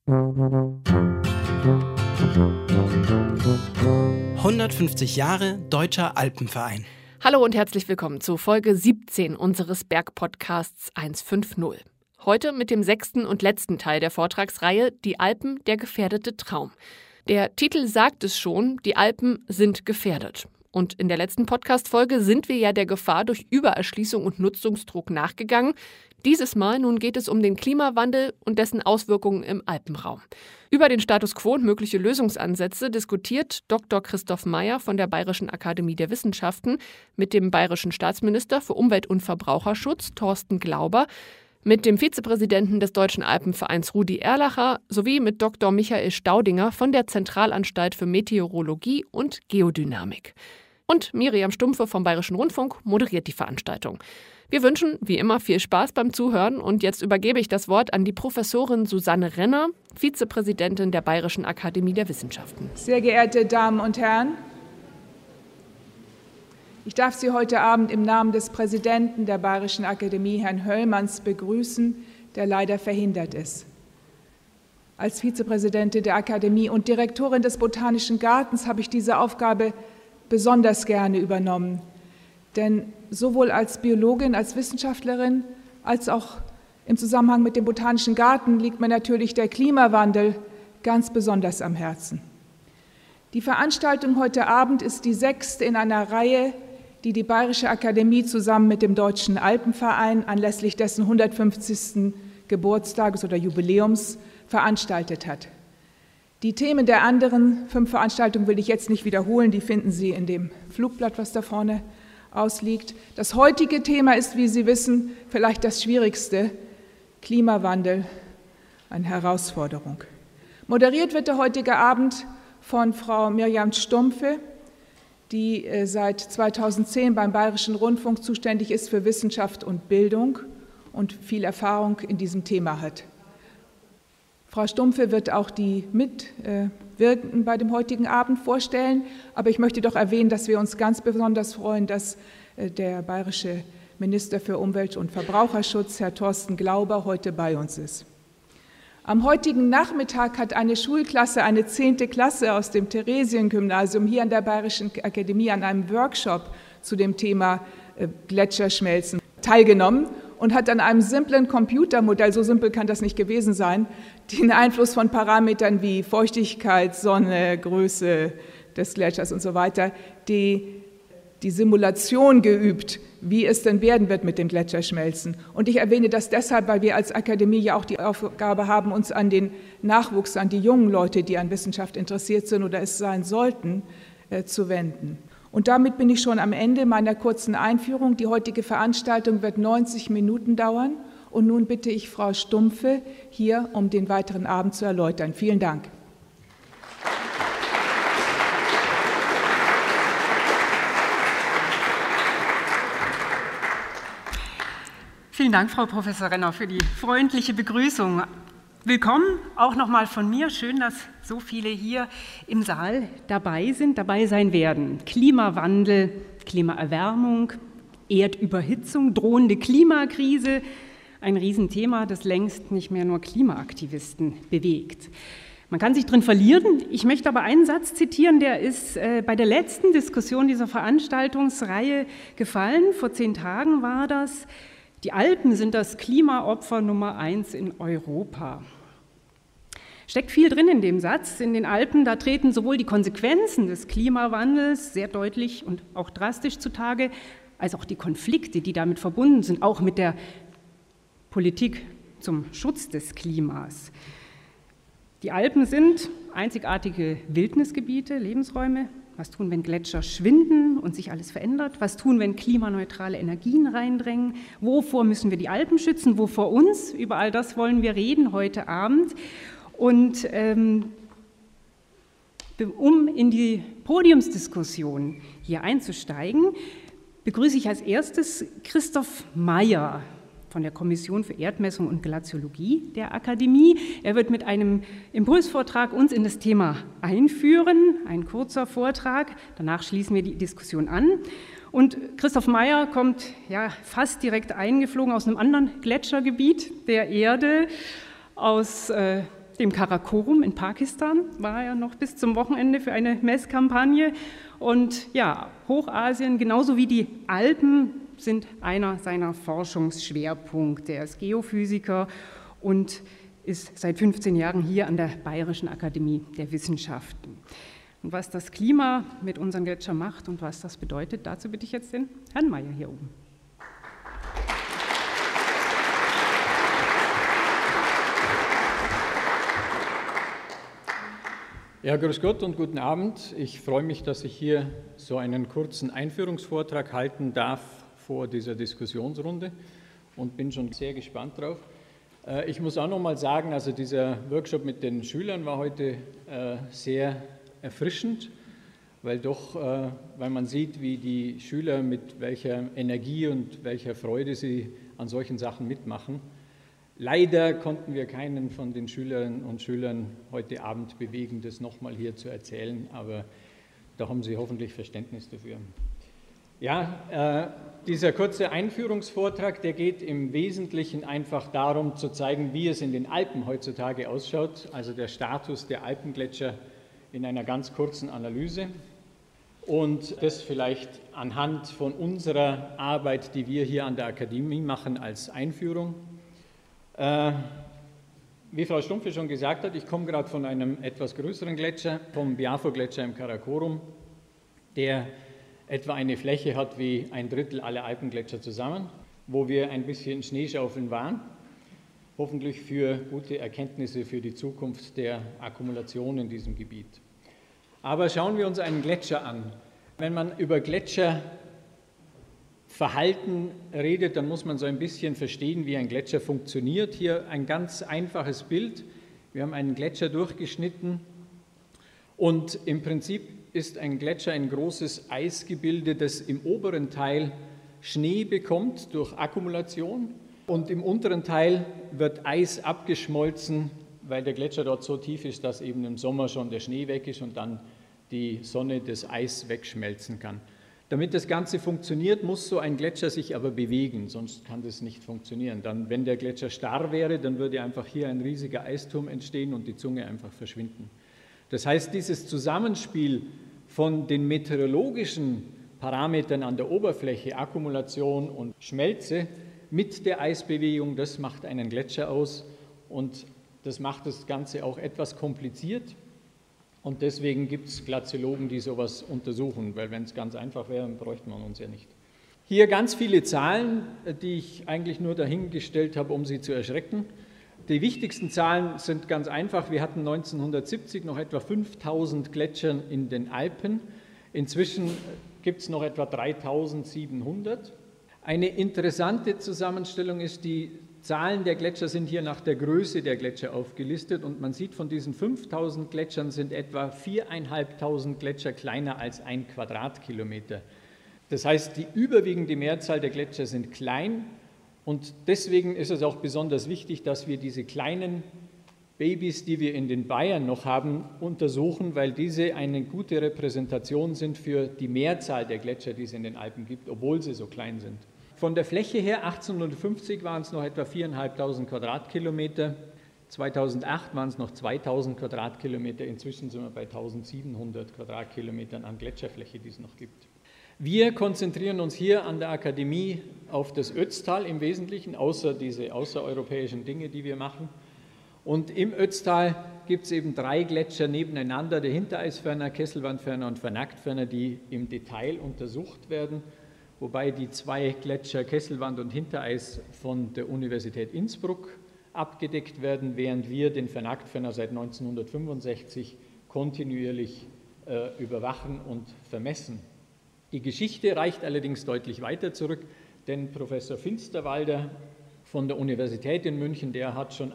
»150 Jahre Deutscher Alpenverein«. Hallo und herzlich willkommen zu Folge 17 unseres Bergpodcasts 150. Heute mit dem 6. und letzten Teil der Vortragsreihe »Die Alpen, der gefährdete Traum«. Der Titel sagt es schon, die Alpen sind gefährdet. Und in der letzten Podcast-Folge sind wir ja der Gefahr durch Übererschließung und Nutzungsdruck nachgegangen. Dieses Mal nun geht es um den Klimawandel und dessen Auswirkungen im Alpenraum. Über den Status quo und mögliche Lösungsansätze diskutiert Dr. Christoph Meyer von der Bayerischen Akademie der Wissenschaften mit dem bayerischen Staatsminister für Umwelt- und Verbraucherschutz, Thorsten Glauber, mit dem Vizepräsidenten des Deutschen Alpenvereins, Rudi Erlacher, sowie mit Dr. Michael Staudinger von der Zentralanstalt für Meteorologie und Geodynamik. Und Miriam Stumpfe vom Bayerischen Rundfunk moderiert die Veranstaltung. Wir wünschen, wie immer, viel Spaß beim Zuhören und jetzt übergebe ich das Wort an die Professorin Susanne Renner, Vizepräsidentin der Bayerischen Akademie der Wissenschaften. Sehr geehrte Damen und Herren, ich darf Sie heute Abend im Namen des Präsidenten der Bayerischen Akademie, Herrn Höllmanns, begrüßen, der leider verhindert ist. Als Vizepräsidentin der Akademie und Direktorin des Botanischen Gartens habe ich diese Aufgabe besonders gerne übernommen. Denn sowohl als Biologin, als Wissenschaftlerin, als auch im Zusammenhang mit dem Botanischen Garten liegt mir natürlich der Klimawandel ganz besonders am Herzen. Die Veranstaltung heute Abend ist die 6. in einer Reihe, die die Bayerische Akademie zusammen mit dem Deutschen Alpenverein anlässlich dessen 150. Geburtstages oder Jubiläums veranstaltet hat. Die Themen der anderen 5 Veranstaltungen will ich jetzt nicht wiederholen, die finden Sie in dem Flugblatt, was da vorne ausliegt. Das heutige Thema ist, wie Sie wissen, vielleicht das Schwierigste: Klimawandel, eine Herausforderung. Moderiert wird der heutige Abend von Frau Miriam Stumpfe, die seit 2010 beim Bayerischen Rundfunk zuständig ist für Wissenschaft und Bildung und viel Erfahrung in diesem Thema hat. Frau Stumpfe wird auch die Mitwirkenden bei dem heutigen Abend vorstellen, aber ich möchte doch erwähnen, dass wir uns ganz besonders freuen, dass der bayerische Minister für Umwelt- und Verbraucherschutz, Herr Thorsten Glauber, heute bei uns ist. Am heutigen Nachmittag hat eine Schulklasse, eine 10. Klasse aus dem Theresiengymnasium hier an der Bayerischen Akademie an einem Workshop zu dem Thema Gletscherschmelzen teilgenommen und hat an einem simplen Computermodell, so simpel kann das nicht gewesen sein, den Einfluss von Parametern wie Feuchtigkeit, Sonne, Größe des Gletschers und so weiter, die Simulation geübt, wie es denn werden wird mit dem Gletscherschmelzen. Und ich erwähne das deshalb, weil wir als Akademie ja auch die Aufgabe haben, uns an den Nachwuchs, an die jungen Leute, die an Wissenschaft interessiert sind oder es sein sollten, zu wenden. Und damit bin ich schon am Ende meiner kurzen Einführung. Die heutige Veranstaltung wird 90 Minuten dauern. Und nun bitte ich Frau Stumpfe hier, um den weiteren Abend zu erläutern. Vielen Dank. Vielen Dank, Frau Professor Renner, für die freundliche Begrüßung. Willkommen auch nochmal von mir. Schön, dass so viele hier im Saal dabei sein werden. Klimawandel, Klimaerwärmung, Erdüberhitzung, drohende Klimakrise. Ein Riesenthema, das längst nicht mehr nur Klimaaktivisten bewegt. Man kann sich drin verlieren. Ich möchte aber einen Satz zitieren, der ist bei der letzten Diskussion dieser Veranstaltungsreihe gefallen. Vor 10 Tagen war das. Die Alpen sind das Klimaopfer Nummer 1 in Europa. Steckt viel drin in dem Satz. In den Alpen, da treten sowohl die Konsequenzen des Klimawandels sehr deutlich und auch drastisch zutage, als auch die Konflikte, die damit verbunden sind, auch mit der Politik zum Schutz des Klimas. Die Alpen sind einzigartige Wildnisgebiete, Lebensräume. Was tun, wenn Gletscher schwinden und sich alles verändert? Was tun, wenn klimaneutrale Energien reindrängen? Wovor müssen wir die Alpen schützen? Wovor uns? Über all das wollen wir reden heute Abend. Und um in die Podiumsdiskussion hier einzusteigen, begrüße ich als erstes Christoph Meyer von der Kommission für Erdmessung und Glaziologie der Akademie. Er wird mit einem Impulsvortrag uns in das Thema einführen, ein kurzer Vortrag. Danach schließen wir die Diskussion an. Und Christoph Meyer kommt ja fast direkt eingeflogen aus einem anderen Gletschergebiet der Erde, aus dem Karakorum in Pakistan, war er noch bis zum Wochenende für eine Messkampagne. Und ja, Hochasien, genauso wie die Alpen, sind einer seiner Forschungsschwerpunkte. Er ist Geophysiker und ist seit 15 Jahren hier an der Bayerischen Akademie der Wissenschaften. Und was das Klima mit unseren Gletschern macht und was das bedeutet, dazu bitte ich jetzt den Herrn Meyer hier oben. Ja, grüß Gott und guten Abend. Ich freue mich, dass ich hier so einen kurzen Einführungsvortrag halten darf vor dieser Diskussionsrunde und bin schon sehr gespannt drauf. Ich muss auch noch mal sagen, also dieser Workshop mit den Schülern war heute sehr erfrischend, weil man sieht, wie die Schüler mit welcher Energie und welcher Freude sie an solchen Sachen mitmachen. Leider konnten wir keinen von den Schülerinnen und Schülern heute Abend bewegen, das nochmal hier zu erzählen, aber da haben Sie hoffentlich Verständnis dafür. Ja, dieser kurze Einführungsvortrag, der geht im Wesentlichen einfach darum zu zeigen, wie es in den Alpen heutzutage ausschaut, also der Status der Alpengletscher in einer ganz kurzen Analyse und das vielleicht anhand von unserer Arbeit, die wir hier an der Akademie machen, als Einführung. Wie Frau Stumpfe schon gesagt hat, ich komme gerade von einem etwas größeren Gletscher, vom Biafo-Gletscher im Karakorum, der etwa eine Fläche hat wie 1/3 aller Alpengletscher zusammen, wo wir ein bisschen Schneeschaufeln waren, hoffentlich für gute Erkenntnisse für die Zukunft der Akkumulation in diesem Gebiet. Aber schauen wir uns einen Gletscher an. Wenn man über Gletscherverhalten redet, dann muss man so ein bisschen verstehen, wie ein Gletscher funktioniert. Hier ein ganz einfaches Bild. Wir haben einen Gletscher durchgeschnitten und im Prinzip ist ein Gletscher ein großes Eisgebilde, das im oberen Teil Schnee bekommt durch Akkumulation und im unteren Teil wird Eis abgeschmolzen, weil der Gletscher dort so tief ist, dass eben im Sommer schon der Schnee weg ist und dann die Sonne das Eis wegschmelzen kann. Damit das Ganze funktioniert, muss so ein Gletscher sich aber bewegen, sonst kann das nicht funktionieren. Dann, wenn der Gletscher starr wäre, dann würde einfach hier ein riesiger Eisturm entstehen und die Zunge einfach verschwinden. Das heißt, dieses Zusammenspiel von den meteorologischen Parametern an der Oberfläche, Akkumulation und Schmelze, mit der Eisbewegung, das macht einen Gletscher aus und das macht das Ganze auch etwas kompliziert. Und deswegen gibt es Glaziologen, die sowas untersuchen, weil wenn es ganz einfach wäre, dann bräuchte man uns ja nicht. Hier ganz viele Zahlen, die ich eigentlich nur dahingestellt habe, um Sie zu erschrecken. Die wichtigsten Zahlen sind ganz einfach. Wir hatten 1970 noch etwa 5000 Gletscher in den Alpen. Inzwischen gibt es noch etwa 3700. Eine interessante Zusammenstellung ist, die Zahlen der Gletscher sind hier nach der Größe der Gletscher aufgelistet und man sieht, von diesen 5000 Gletschern sind etwa 4.500 Gletscher kleiner als 1 Quadratkilometer. Das heißt, die überwiegende Mehrzahl der Gletscher sind klein und deswegen ist es auch besonders wichtig, dass wir diese kleinen Babys, die wir in den Bayern noch haben, untersuchen, weil diese eine gute Repräsentation sind für die Mehrzahl der Gletscher, die es in den Alpen gibt, obwohl sie so klein sind. Von der Fläche her, 1850 waren es noch etwa 4.500 Quadratkilometer, 2008 waren es noch 2.000 Quadratkilometer, inzwischen sind wir bei 1.700 Quadratkilometern an Gletscherfläche, die es noch gibt. Wir konzentrieren uns hier an der Akademie auf das Ötztal im Wesentlichen, außer diese außereuropäischen Dinge, die wir machen. Und im Ötztal gibt es eben 3 Gletscher nebeneinander, der Hintereisferner, Kesselwandferner und Vernacktferner, die im Detail untersucht werden. Wobei die 2 Gletscher Kesselwand und Hintereis von der Universität Innsbruck abgedeckt werden, während wir den Vernacktferner seit 1965 kontinuierlich überwachen und vermessen. Die Geschichte reicht allerdings deutlich weiter zurück, denn Professor Finsterwalder von der Universität in München, der hat schon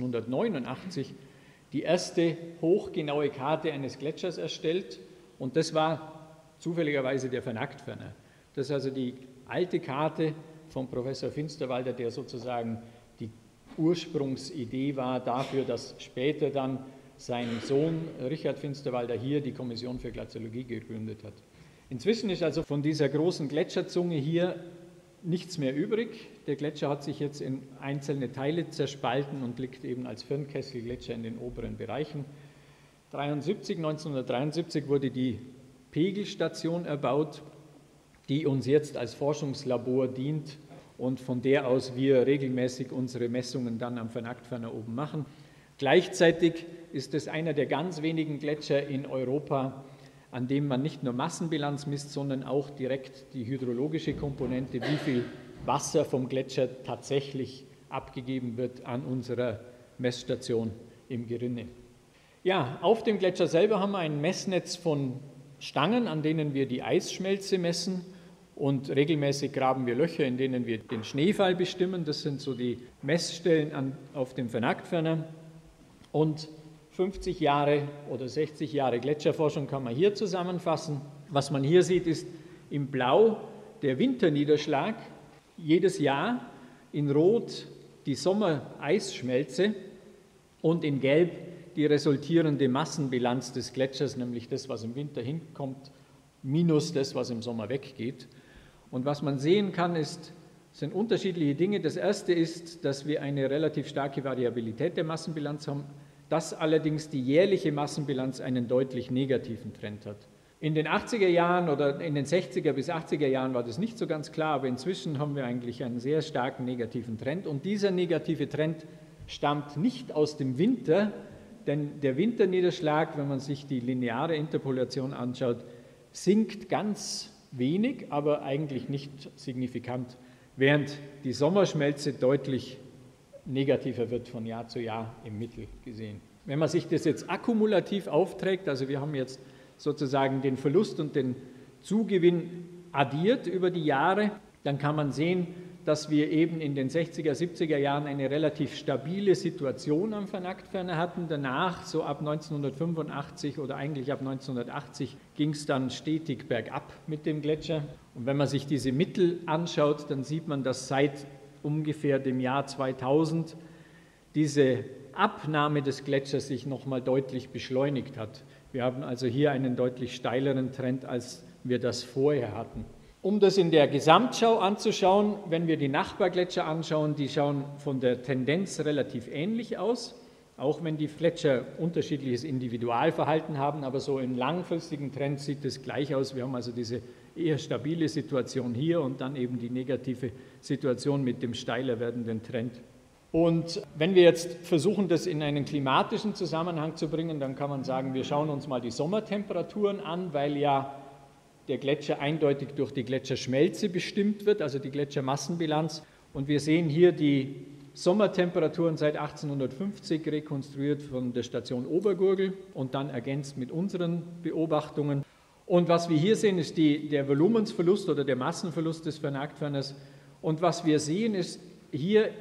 1889 die erste hochgenaue Karte eines Gletschers erstellt und das war zufälligerweise der Vernacktferner. Das ist also die alte Karte von Professor Finsterwalder, der sozusagen die Ursprungsidee war dafür, dass später dann sein Sohn Richard Finsterwalder hier die Kommission für Glaziologie gegründet hat. Inzwischen ist also von dieser großen Gletscherzunge hier nichts mehr übrig. Der Gletscher hat sich jetzt in einzelne Teile zerspalten und liegt eben als Firnkesselgletscher in den oberen Bereichen. 1973 wurde die Pegelstation erbaut, die uns jetzt als Forschungslabor dient und von der aus wir regelmäßig unsere Messungen dann am Vernacktferner oben machen. Gleichzeitig ist es einer der ganz wenigen Gletscher in Europa, an dem man nicht nur Massenbilanz misst, sondern auch direkt die hydrologische Komponente, wie viel Wasser vom Gletscher tatsächlich abgegeben wird an unserer Messstation im Gerinne. Ja, auf dem Gletscher selber haben wir ein Messnetz von Stangen, an denen wir die Eisschmelze messen, und regelmäßig graben wir Löcher, in denen wir den Schneefall bestimmen. Das sind so die Messstellen auf dem Vernacktferner. Und 50 Jahre oder 60 Jahre Gletscherforschung kann man hier zusammenfassen. Was man hier sieht, ist im Blau der Winterniederschlag jedes Jahr, in Rot die Sommereisschmelze und in Gelb die resultierende Massenbilanz des Gletschers, nämlich das, was im Winter hinkommt, minus das, was im Sommer weggeht. Und was man sehen kann, sind unterschiedliche Dinge. Das erste ist, dass wir eine relativ starke Variabilität der Massenbilanz haben, dass allerdings die jährliche Massenbilanz einen deutlich negativen Trend hat. In den 80er Jahren oder in den 60er bis 80er Jahren war das nicht so ganz klar, aber inzwischen haben wir eigentlich einen sehr starken negativen Trend. Und dieser negative Trend stammt nicht aus dem Winter, denn der Winterniederschlag, wenn man sich die lineare Interpolation anschaut, sinkt ganz wenig, aber eigentlich nicht signifikant, während die Sommerschmelze deutlich negativer wird von Jahr zu Jahr im Mittel gesehen. Wenn man sich das jetzt akkumulativ aufträgt, also wir haben jetzt sozusagen den Verlust und den Zugewinn addiert über die Jahre, dann kann man sehen, dass wir eben in den 60er, 70er Jahren eine relativ stabile Situation am Vernacktferner hatten. Danach, so ab 1985 oder eigentlich ab 1980, ging es dann stetig bergab mit dem Gletscher. Und wenn man sich diese Mittel anschaut, dann sieht man, dass seit ungefähr dem Jahr 2000 diese Abnahme des Gletschers sich nochmal deutlich beschleunigt hat. Wir haben also hier einen deutlich steileren Trend, als wir das vorher hatten. Um das in der Gesamtschau anzuschauen, wenn wir die Nachbargletscher anschauen, die schauen von der Tendenz relativ ähnlich aus, auch wenn die Gletscher unterschiedliches Individualverhalten haben, aber so im langfristigen Trend sieht es gleich aus. Wir haben also diese eher stabile Situation hier und dann eben die negative Situation mit dem steiler werdenden Trend. Und wenn wir jetzt versuchen, das in einen klimatischen Zusammenhang zu bringen, dann kann man sagen, wir schauen uns mal die Sommertemperaturen an, weil ja der Gletscher eindeutig durch die Gletscherschmelze bestimmt wird, also die Gletschermassenbilanz. Und wir sehen hier die Sommertemperaturen seit 1850 rekonstruiert von der Station Obergurgl und dann ergänzt mit unseren Beobachtungen. Und was wir hier sehen, ist der Volumensverlust oder der Massenverlust des Vernacktferners. Und was wir sehen, ist hier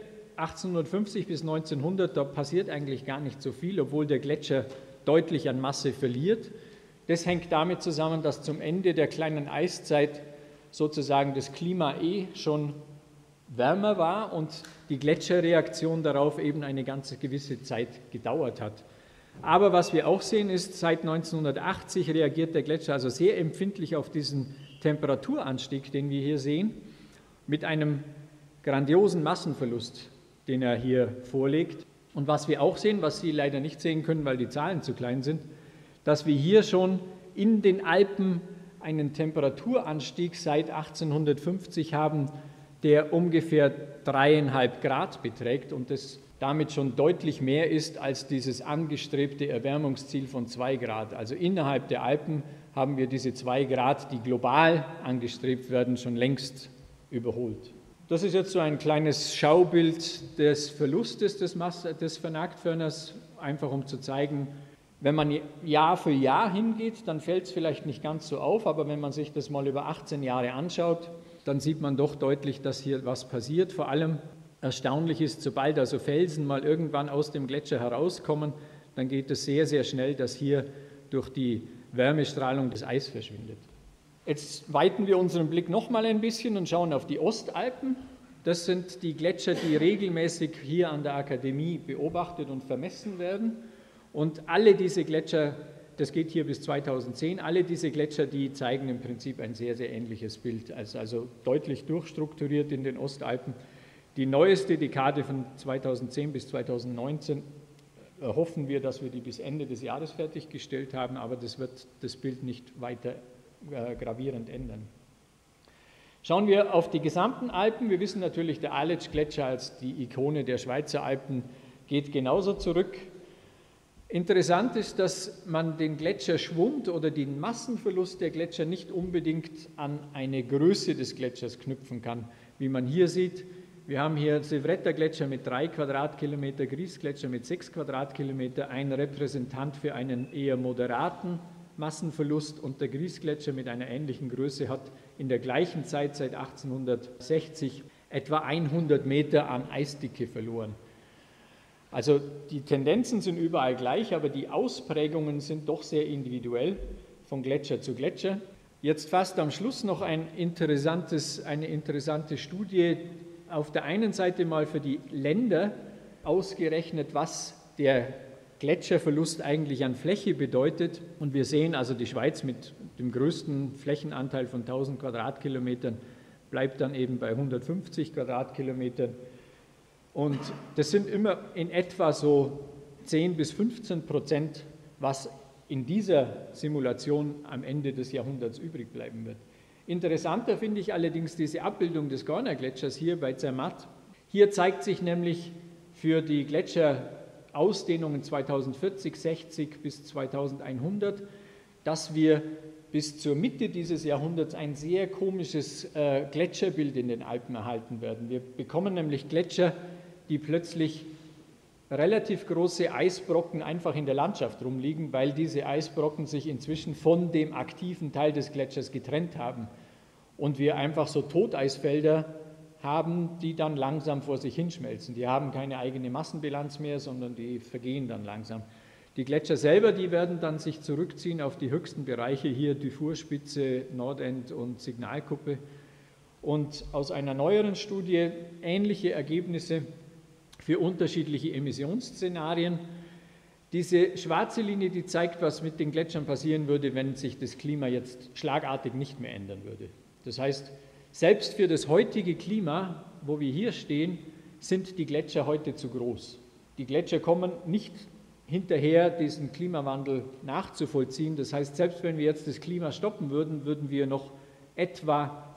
1850 bis 1900, da passiert eigentlich gar nicht so viel, obwohl der Gletscher deutlich an Masse verliert. Das hängt damit zusammen, dass zum Ende der kleinen Eiszeit sozusagen das Klima schon wärmer war und die Gletscherreaktion darauf eben eine ganz gewisse Zeit gedauert hat. Aber was wir auch sehen ist, seit 1980 reagiert der Gletscher also sehr empfindlich auf diesen Temperaturanstieg, den wir hier sehen, mit einem grandiosen Massenverlust, den er hier vorlegt. Und was wir auch sehen, was Sie leider nicht sehen können, weil die Zahlen zu klein sind, dass wir hier schon in den Alpen einen Temperaturanstieg seit 1850 haben, der ungefähr 3,5 Grad beträgt und das damit schon deutlich mehr ist als dieses angestrebte Erwärmungsziel von 2 Grad. Also innerhalb der Alpen haben wir diese 2 Grad, die global angestrebt werden, schon längst überholt. Das ist jetzt so ein kleines Schaubild des Verlustes des Vernacktferners, einfach um zu zeigen, wenn man Jahr für Jahr hingeht, dann fällt es vielleicht nicht ganz so auf, aber wenn man sich das mal über 18 Jahre anschaut, dann sieht man doch deutlich, dass hier was passiert. Vor allem erstaunlich ist, sobald also Felsen mal irgendwann aus dem Gletscher herauskommen, dann geht es sehr, sehr schnell, dass hier durch die Wärmestrahlung das Eis verschwindet. Jetzt weiten wir unseren Blick noch mal ein bisschen und schauen auf die Ostalpen. Das sind die Gletscher, die regelmäßig hier an der Akademie beobachtet und vermessen werden. Und alle diese Gletscher Das geht hier bis 2010. Alle diese Gletscher, die zeigen im Prinzip ein sehr, sehr ähnliches Bild, also deutlich durchstrukturiert in den Ostalpen. Die neueste Dekade von 2010 bis 2019 hoffen wir, dass wir die bis Ende des Jahres fertiggestellt haben, aber das wird das Bild nicht weiter gravierend ändern. Schauen wir auf die gesamten Alpen. Wir wissen natürlich, der Aletsch-Gletscher als die Ikone der Schweizer Alpen geht genauso zurück. Interessant ist, dass man den Gletscherschwund oder den Massenverlust der Gletscher nicht unbedingt an eine Größe des Gletschers knüpfen kann. Wie man hier sieht, wir haben hier Silvretta-Gletscher mit 3 Quadratkilometer, Gries-Gletscher mit 6 Quadratkilometer, ein Repräsentant für einen eher moderaten Massenverlust, und der Gries-Gletscher mit einer ähnlichen Größe hat in der gleichen Zeit seit 1860 etwa 100 Meter an Eisdicke verloren. Also die Tendenzen sind überall gleich, aber die Ausprägungen sind doch sehr individuell von Gletscher zu Gletscher. Jetzt fast am Schluss noch eine interessante Studie, auf der einen Seite mal für die Länder ausgerechnet, was der Gletscherverlust eigentlich an Fläche bedeutet. Und wir sehen also, die Schweiz mit dem größten Flächenanteil von 1000 Quadratkilometern bleibt dann eben bei 150 Quadratkilometern. Und das sind immer in etwa so 10 bis 15%, was in dieser Simulation am Ende des Jahrhunderts übrig bleiben wird. Interessanter finde ich allerdings diese Abbildung des Gorner-Gletschers hier bei Zermatt. Hier zeigt sich nämlich für die Gletscherausdehnungen 2040, 60 bis 2100, dass wir bis zur Mitte dieses Jahrhunderts ein sehr komisches Gletscherbild in den Alpen erhalten werden. Wir bekommen nämlich Gletscher, die plötzlich relativ große Eisbrocken einfach in der Landschaft rumliegen, weil diese Eisbrocken sich inzwischen von dem aktiven Teil des Gletschers getrennt haben und wir einfach so Toteisfelder haben, die dann langsam vor sich hinschmelzen. Die haben keine eigene Massenbilanz mehr, sondern die vergehen dann langsam. Die Gletscher selber, die werden dann sich zurückziehen auf die höchsten Bereiche, hier Dufourspitze, Nordend und Signalkuppe. Und aus einer neueren Studie ähnliche Ergebnisse für unterschiedliche Emissionsszenarien. Diese schwarze Linie, die zeigt, was mit den Gletschern passieren würde, wenn sich das Klima jetzt schlagartig nicht mehr ändern würde. Das heißt, selbst für das heutige Klima, wo wir hier stehen, sind die Gletscher heute zu groß. Die Gletscher kommen nicht hinterher, diesen Klimawandel nachzuvollziehen. Das heißt, selbst wenn wir jetzt das Klima stoppen würden, würden wir noch etwa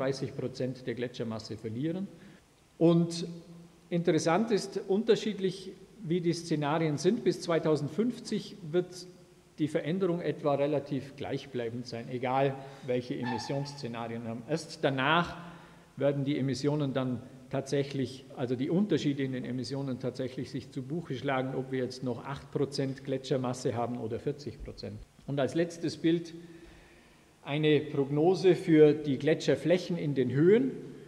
35% der Gletschermasse verlieren. Und interessant ist, unterschiedlich wie die Szenarien sind, bis 2050 wird die Veränderung etwa relativ gleichbleibend sein, egal welche Emissionsszenarien wir haben. Erst danach werden die Emissionen dann tatsächlich, also die Unterschiede in den Emissionen tatsächlich sich zu Buche schlagen, ob wir jetzt noch 8% Gletschermasse haben oder 40%. Und als letztes Bild eine Prognose für die Gletscherflächen in den Höhen.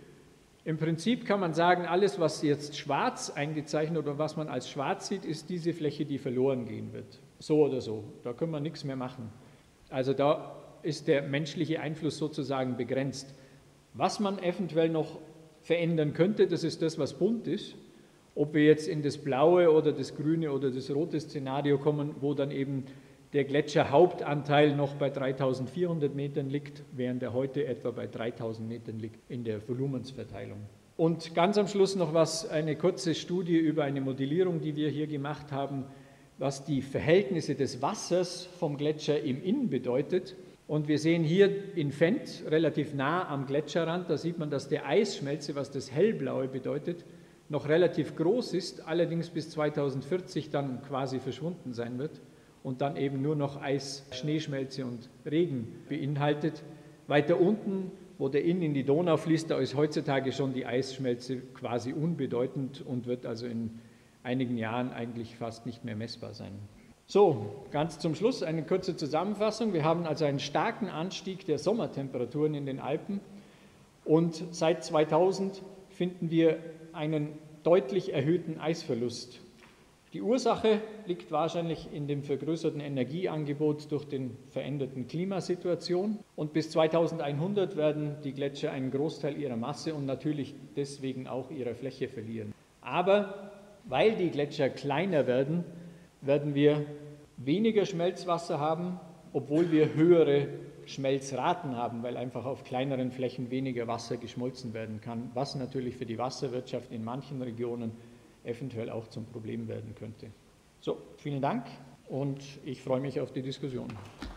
Im Prinzip kann man sagen, alles, was jetzt schwarz eingezeichnet oder was man als schwarz sieht, ist diese Fläche, die verloren gehen wird. So oder so, da können wir nichts mehr machen. Also da ist der menschliche Einfluss sozusagen begrenzt. Was man eventuell noch verändern könnte, das ist das, was bunt ist. Ob wir jetzt in das blaue oder das grüne oder das rote Szenario kommen, wo dann eben der Gletscherhauptanteil noch bei 3400 Metern liegt, während er heute etwa bei 3000 Metern liegt in der Volumensverteilung. Und ganz am Schluss noch eine kurze Studie über eine Modellierung, die wir hier gemacht haben, was die Verhältnisse des Wassers vom Gletscher im Inn bedeutet. Und wir sehen hier in Fendt, relativ nah am Gletscherrand, da sieht man, dass der Eisschmelze, was das hellblaue bedeutet, noch relativ groß ist, allerdings bis 2040 dann quasi verschwunden sein wird und dann eben nur noch Eis, Schneeschmelze und Regen beinhaltet. Weiter unten, wo der Inn in die Donau fließt, da ist heutzutage schon die Eisschmelze quasi unbedeutend und wird also in einigen Jahren eigentlich fast nicht mehr messbar sein. So, ganz zum Schluss eine kurze Zusammenfassung. Wir haben also einen starken Anstieg der Sommertemperaturen in den Alpen und seit 2000 finden wir einen deutlich erhöhten Eisverlust. Die Ursache liegt wahrscheinlich in dem vergrößerten Energieangebot durch den veränderten Klimasituation. Und bis 2100 werden die Gletscher einen Großteil ihrer Masse und natürlich deswegen auch ihrer Fläche verlieren. Aber weil die Gletscher kleiner werden, werden wir weniger Schmelzwasser haben, obwohl wir höhere Schmelzraten haben, weil einfach auf kleineren Flächen weniger Wasser geschmolzen werden kann, was natürlich für die Wasserwirtschaft in manchen Regionen eventuell auch zum Problem werden könnte. So, vielen Dank und ich freue mich auf die Diskussion.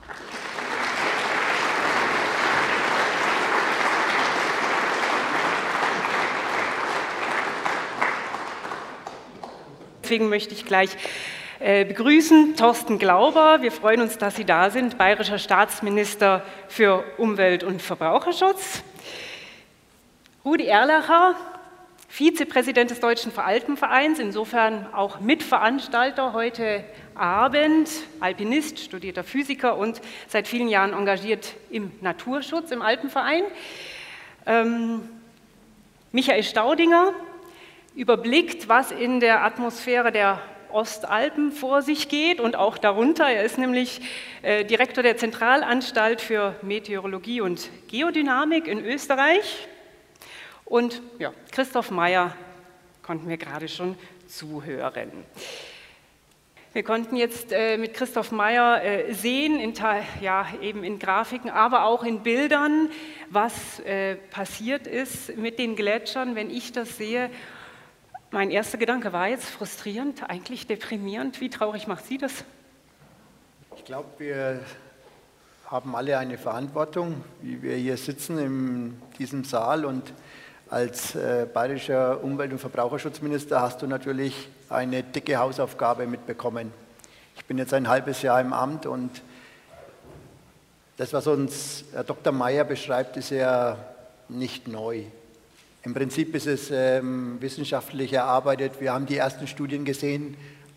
Deswegen möchte ich gleich begrüßen Thorsten Glauber. Wir freuen uns, dass Sie da sind, bayerischer Staatsminister für Umwelt und Verbraucherschutz. Rudi Erlacher, Vizepräsident des Deutschen Alpenvereins, insofern auch Mitveranstalter heute Abend, Alpinist, studierter Physiker und seit vielen Jahren engagiert im Naturschutz im Alpenverein. Michael Staudinger überblickt, was in der Atmosphäre der Ostalpen vor sich geht und auch darunter. Er ist nämlich Direktor der Zentralanstalt für Meteorologie und Geodynamik in Österreich. Und ja, Christoph Meyer konnten wir gerade schon zuhören. Wir konnten jetzt mit Christoph Meyer sehen, eben in Grafiken, aber auch in Bildern, was passiert ist mit den Gletschern, wenn ich das sehe. Mein erster Gedanke war jetzt frustrierend, eigentlich deprimierend. Wie traurig macht Sie das? Ich glaube, wir haben alle eine Verantwortung, wie wir hier sitzen in diesem Saal. Und als bayerischer Umwelt- und Verbraucherschutzminister hast du natürlich eine dicke Hausaufgabe mitbekommen. Ich bin jetzt ein halbes Jahr im Amt und das, was uns Herr Dr. Meyer beschreibt, ist ja nicht neu. Im Prinzip ist es wissenschaftlich erarbeitet. Wir haben die ersten Studien gesehen,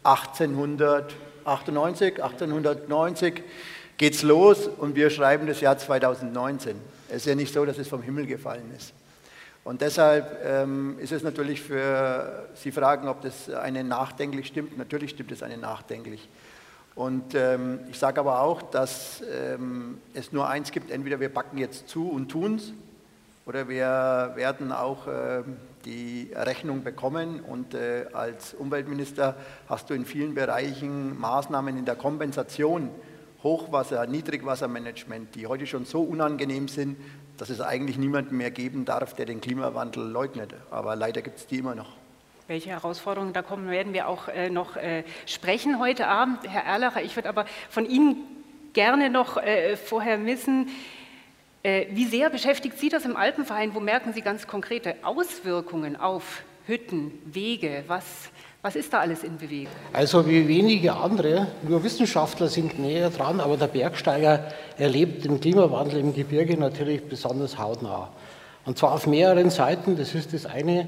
1890 geht es los und wir schreiben das Jahr 2019. Es ist ja nicht so, dass es vom Himmel gefallen ist. Und deshalb ist es natürlich für Sie fragen, ob das einen nachdenklich stimmt. Natürlich stimmt es einen nachdenklich. Und ich sage aber auch, dass es nur eins gibt, entweder wir packen jetzt zu und tun es, oder wir werden auch die Rechnung bekommen und als Umweltminister hast du in vielen Bereichen Maßnahmen in der Kompensation, Hochwasser, Niedrigwassermanagement, die heute schon so unangenehm sind, dass es eigentlich niemanden mehr geben darf, der den Klimawandel leugnet. Aber leider gibt es die immer noch. Welche Herausforderungen da kommen, werden wir auch noch sprechen heute Abend. Herr Erlacher, ich würde aber von Ihnen gerne noch vorher wissen, wie sehr beschäftigt Sie das im Alpenverein? Wo merken Sie ganz konkrete Auswirkungen auf Hütten, Wege? Was ist da alles in Bewegung? Also wie wenige andere, nur Wissenschaftler sind näher dran, aber der Bergsteiger erlebt den Klimawandel im Gebirge natürlich besonders hautnah. Und zwar auf mehreren Seiten, das ist das eine.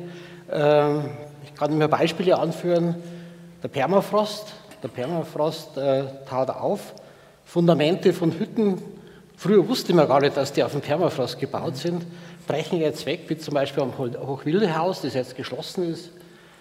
Ich kann mir Beispiele anführen. Der Permafrost taut auf, Fundamente von Hütten. Früher wusste man gar nicht, dass die auf dem Permafrost gebaut sind, brechen jetzt weg, wie zum Beispiel am Hochwildehaus, das jetzt geschlossen ist.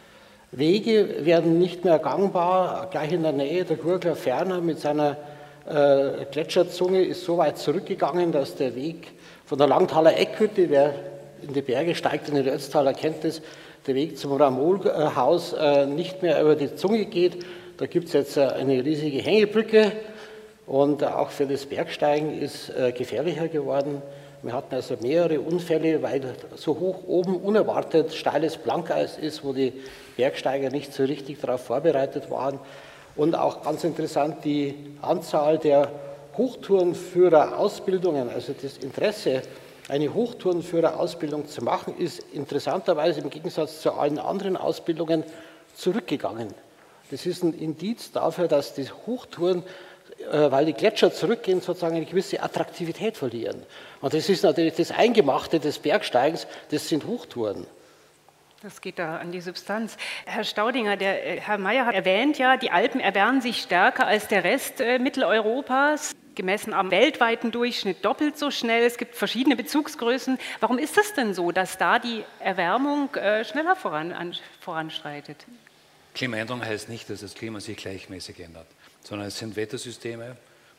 Wege werden nicht mehr gangbar, gleich in der Nähe der Gurgler Ferner mit seiner Gletscherzunge ist so weit zurückgegangen, dass der Weg von der Langtaler Eckhütte, wer in die Berge steigt, in den Ötztaler kennt das, der Weg zum Ramolhaus nicht mehr über die Zunge geht. Da gibt es jetzt eine riesige Hängebrücke. Und auch für das Bergsteigen ist gefährlicher geworden. Wir hatten also mehrere Unfälle, weil so hoch oben unerwartet steiles Blankeis ist, wo die Bergsteiger nicht so richtig darauf vorbereitet waren. Und auch ganz interessant, die Anzahl der Hochtourenführerausbildungen, also das Interesse, eine Hochtourenführerausbildung zu machen, ist interessanterweise im Gegensatz zu allen anderen Ausbildungen zurückgegangen. Das ist ein Indiz dafür, dass die Hochtouren, weil die Gletscher zurückgehen, sozusagen eine gewisse Attraktivität verlieren. Und das ist natürlich das Eingemachte des Bergsteigens, das sind Hochtouren. Das geht da an die Substanz. Herr Staudinger, Herr Meyer hat erwähnt, ja, die Alpen erwärmen sich stärker als der Rest Mitteleuropas, gemessen am weltweiten Durchschnitt doppelt so schnell. Es gibt verschiedene Bezugsgrößen. Warum ist es denn so, dass da die Erwärmung schneller voranschreitet? Klimaänderung heißt nicht, dass das Klima sich gleichmäßig ändert, sondern es sind Wettersysteme,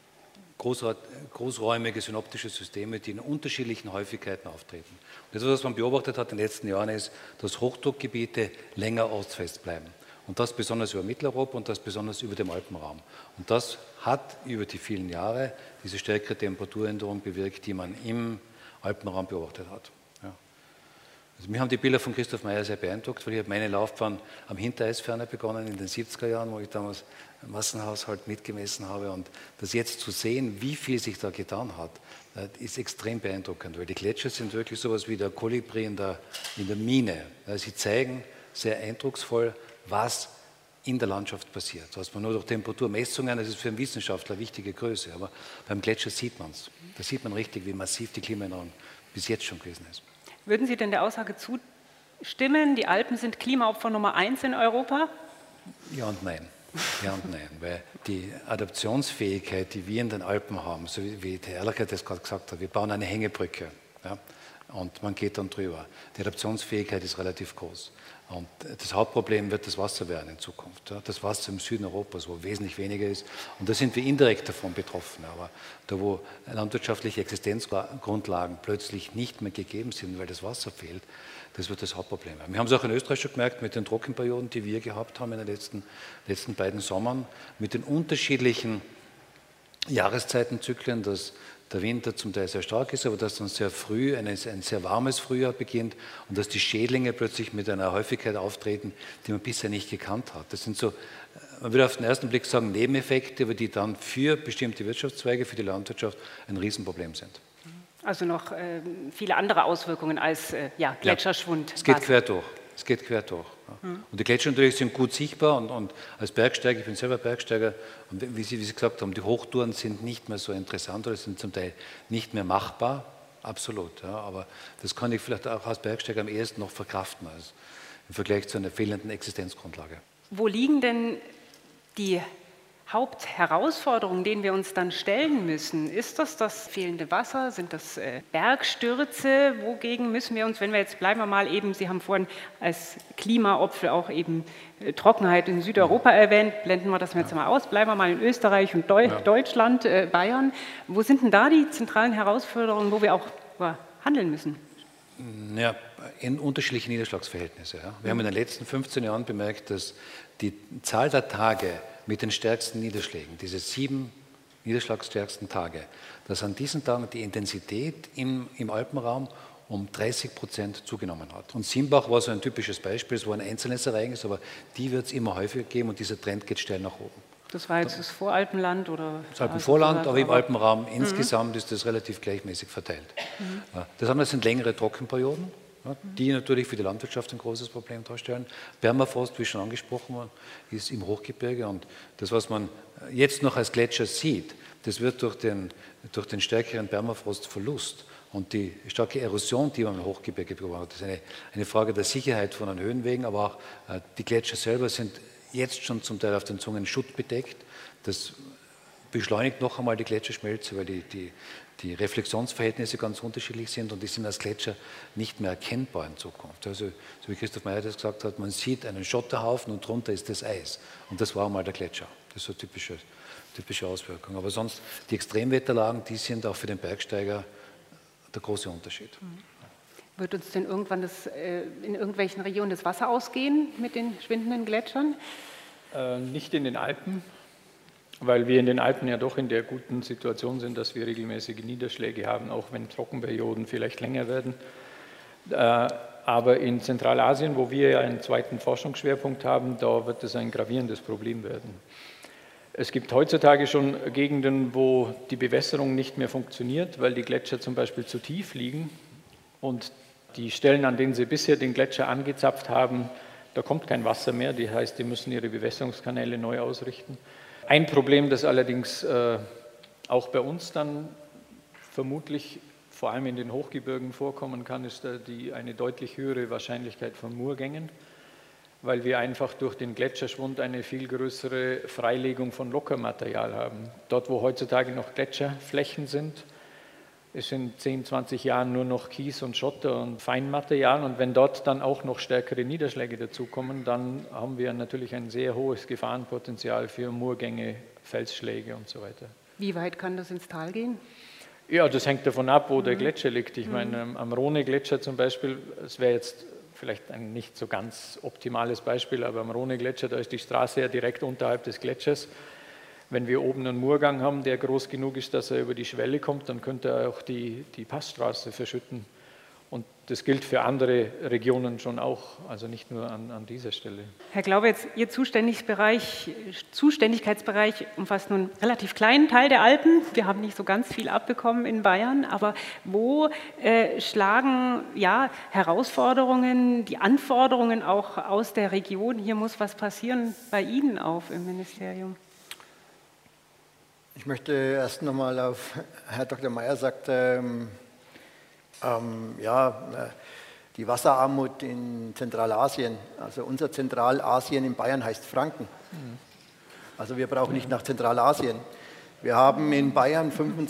großräumige synoptische Systeme, die in unterschiedlichen Häufigkeiten auftreten. Und das, was man beobachtet hat in den letzten Jahren, ist, dass Hochdruckgebiete länger ortsfest bleiben. Und das besonders über Mitteleuropa und das besonders über dem Alpenraum. Und das hat über die vielen Jahre diese stärkere Temperaturänderung bewirkt, die man im Alpenraum beobachtet hat. Ja. Also mich haben die Bilder von Christoph Meyer sehr beeindruckt, weil ich habe meine Laufbahn am Hintereisferner begonnen in den 70er Jahren, wo ich damals einen Massenhaushalt mitgemessen habe. Und das jetzt zu sehen, wie viel sich da getan hat, ist extrem beeindruckend, weil die Gletscher sind wirklich sowas wie der Kolibri in der Mine. Sie zeigen sehr eindrucksvoll, was in der Landschaft passiert. Was man nur durch Temperaturmessungen, das ist für einen Wissenschaftler eine wichtige Größe, aber beim Gletscher sieht man es. Da sieht man richtig, wie massiv die Klimaänderung bis jetzt schon gewesen ist. Würden Sie denn der Aussage zustimmen, die Alpen sind Klimaopfer Nummer 1 in Europa? Ja und nein. Ja und nein, weil die Adaptionsfähigkeit, die wir in den Alpen haben, so wie der Erlacher das gerade gesagt hat, wir bauen eine Hängebrücke, ja, und man geht dann drüber. Die Adaptionsfähigkeit ist relativ groß. Und das Hauptproblem wird das Wasser werden in Zukunft. Ja, das Wasser im Süden Europas, wo wesentlich weniger ist. Und da sind wir indirekt davon betroffen. Aber da, wo landwirtschaftliche Existenzgrundlagen plötzlich nicht mehr gegeben sind, weil das Wasser fehlt, das wird das Hauptproblem werden. Wir haben es auch in Österreich schon gemerkt mit den Trockenperioden, die wir gehabt haben in den letzten beiden Sommern, mit den unterschiedlichen Jahreszeitenzyklen, dass der Winter zum Teil sehr stark ist, aber dass dann sehr früh ein sehr warmes Frühjahr beginnt und dass die Schädlinge plötzlich mit einer Häufigkeit auftreten, die man bisher nicht gekannt hat. Das sind so, man würde auf den ersten Blick sagen, Nebeneffekte, aber die dann für bestimmte Wirtschaftszweige, für die Landwirtschaft ein Riesenproblem sind. Also noch viele andere Auswirkungen als Gletscherschwund. Ja, es geht quer durch. Es geht quer durch. Ja. Und die Gletscher natürlich sind gut sichtbar und als Bergsteiger, ich bin selber Bergsteiger, und wie Sie gesagt haben, die Hochtouren sind nicht mehr so interessant oder sind zum Teil nicht mehr machbar, absolut. Ja, aber das kann ich vielleicht auch als Bergsteiger am ehesten noch verkraften, als im Vergleich zu einer fehlenden Existenzgrundlage. Wo liegen denn die Hauptherausforderungen, denen wir uns dann stellen müssen? Ist das fehlende Wasser? Sind das Bergstürze? Wogegen müssen wir uns, wenn wir jetzt, bleiben wir mal eben, Sie haben vorhin als Klimaopfer auch eben Trockenheit in Südeuropa erwähnt, blenden wir das jetzt mal aus, bleiben wir mal in Österreich und Deutschland, Bayern. Wo sind denn da die zentralen Herausforderungen, wo wir auch handeln müssen? Ja, in unterschiedlichen Niederschlagsverhältnissen. Ja. Wir haben in den letzten 15 Jahren bemerkt, dass die Zahl der Tage mit den stärksten Niederschlägen, diese 7 niederschlagsstärksten Tage, dass an diesen Tagen die Intensität im Alpenraum um 30% zugenommen hat. Und Simbach war so ein typisches Beispiel, es war ein einzelnes Ereignis, aber die wird es immer häufiger geben und dieser Trend geht steil nach oben. Das war jetzt das Voralpenland? Oder das Alpenvorland, aber im Alpenraum insgesamt ist das relativ gleichmäßig verteilt. Das andere sind längere Trockenperioden, die natürlich für die Landwirtschaft ein großes Problem darstellen. Permafrost, wie schon angesprochen wurde, ist im Hochgebirge und das, was man jetzt noch als Gletscher sieht, das wird durch den stärkeren Permafrostverlust und die starke Erosion, die man im Hochgebirge beobachtet, ist eine Frage der Sicherheit von den Höhenwegen, aber auch die Gletscher selber sind jetzt schon zum Teil auf den Zungen schuttbedeckt. Das beschleunigt noch einmal die Gletscherschmelze, weil die Reflexionsverhältnisse ganz unterschiedlich sind und die sind als Gletscher nicht mehr erkennbar in Zukunft. Also, so wie Christoph Meyer das gesagt hat, man sieht einen Schotterhaufen und drunter ist das Eis. Und das war einmal der Gletscher. Das ist so eine typische Auswirkung. Aber sonst, die Extremwetterlagen, die sind auch für den Bergsteiger der große Unterschied. Wird uns denn irgendwann in irgendwelchen Regionen das Wasser ausgehen mit den schwindenden Gletschern? Nicht in den Alpen, weil wir in den Alpen ja doch in der guten Situation sind, dass wir regelmäßige Niederschläge haben, auch wenn Trockenperioden vielleicht länger werden. Aber in Zentralasien, wo wir ja einen zweiten Forschungsschwerpunkt haben, da wird es ein gravierendes Problem werden. Es gibt heutzutage schon Gegenden, wo die Bewässerung nicht mehr funktioniert, weil die Gletscher zum Beispiel zu tief liegen und die Stellen, an denen sie bisher den Gletscher angezapft haben, da kommt kein Wasser mehr. Das heißt, die müssen ihre Bewässerungskanäle neu ausrichten. Ein Problem, das allerdings auch bei uns dann vermutlich vor allem in den Hochgebirgen vorkommen kann, ist eine deutlich höhere Wahrscheinlichkeit von Murgängen, weil wir einfach durch den Gletscherschwund eine viel größere Freilegung von Lockermaterial haben. Dort, wo heutzutage noch Gletscherflächen sind, ist in 10, 20 Jahren nur noch Kies und Schotter und Feinmaterial. Und wenn dort dann auch noch stärkere Niederschläge dazukommen, dann haben wir natürlich ein sehr hohes Gefahrenpotenzial für Murgänge, Felsschläge und so weiter. Wie weit kann das ins Tal gehen? Ja, das hängt davon ab, wo der Gletscher liegt. Ich meine, am Rhone-Gletscher zum Beispiel, es wäre jetzt vielleicht ein nicht so ganz optimales Beispiel, aber am Rhone-Gletscher, da ist die Straße ja direkt unterhalb des Gletschers. Wenn wir oben einen Murgang haben, der groß genug ist, dass er über die Schwelle kommt, dann könnte er auch die Passstraße verschütten. Und das gilt für andere Regionen schon auch, also nicht nur an dieser Stelle. Herr Glaubitz, Ihr Zuständigkeitsbereich umfasst nun einen relativ kleinen Teil der Alpen. Wir haben nicht so ganz viel abbekommen in Bayern, aber wo schlagen Herausforderungen, die Anforderungen auch aus der Region, hier muss was passieren, bei Ihnen auf im Ministerium? Ich möchte erst nochmal auf Herr Dr. Meyer sagte, die Wasserarmut in Zentralasien, also unser Zentralasien in Bayern heißt Franken. Also wir brauchen nicht nach Zentralasien. Wir haben in Franken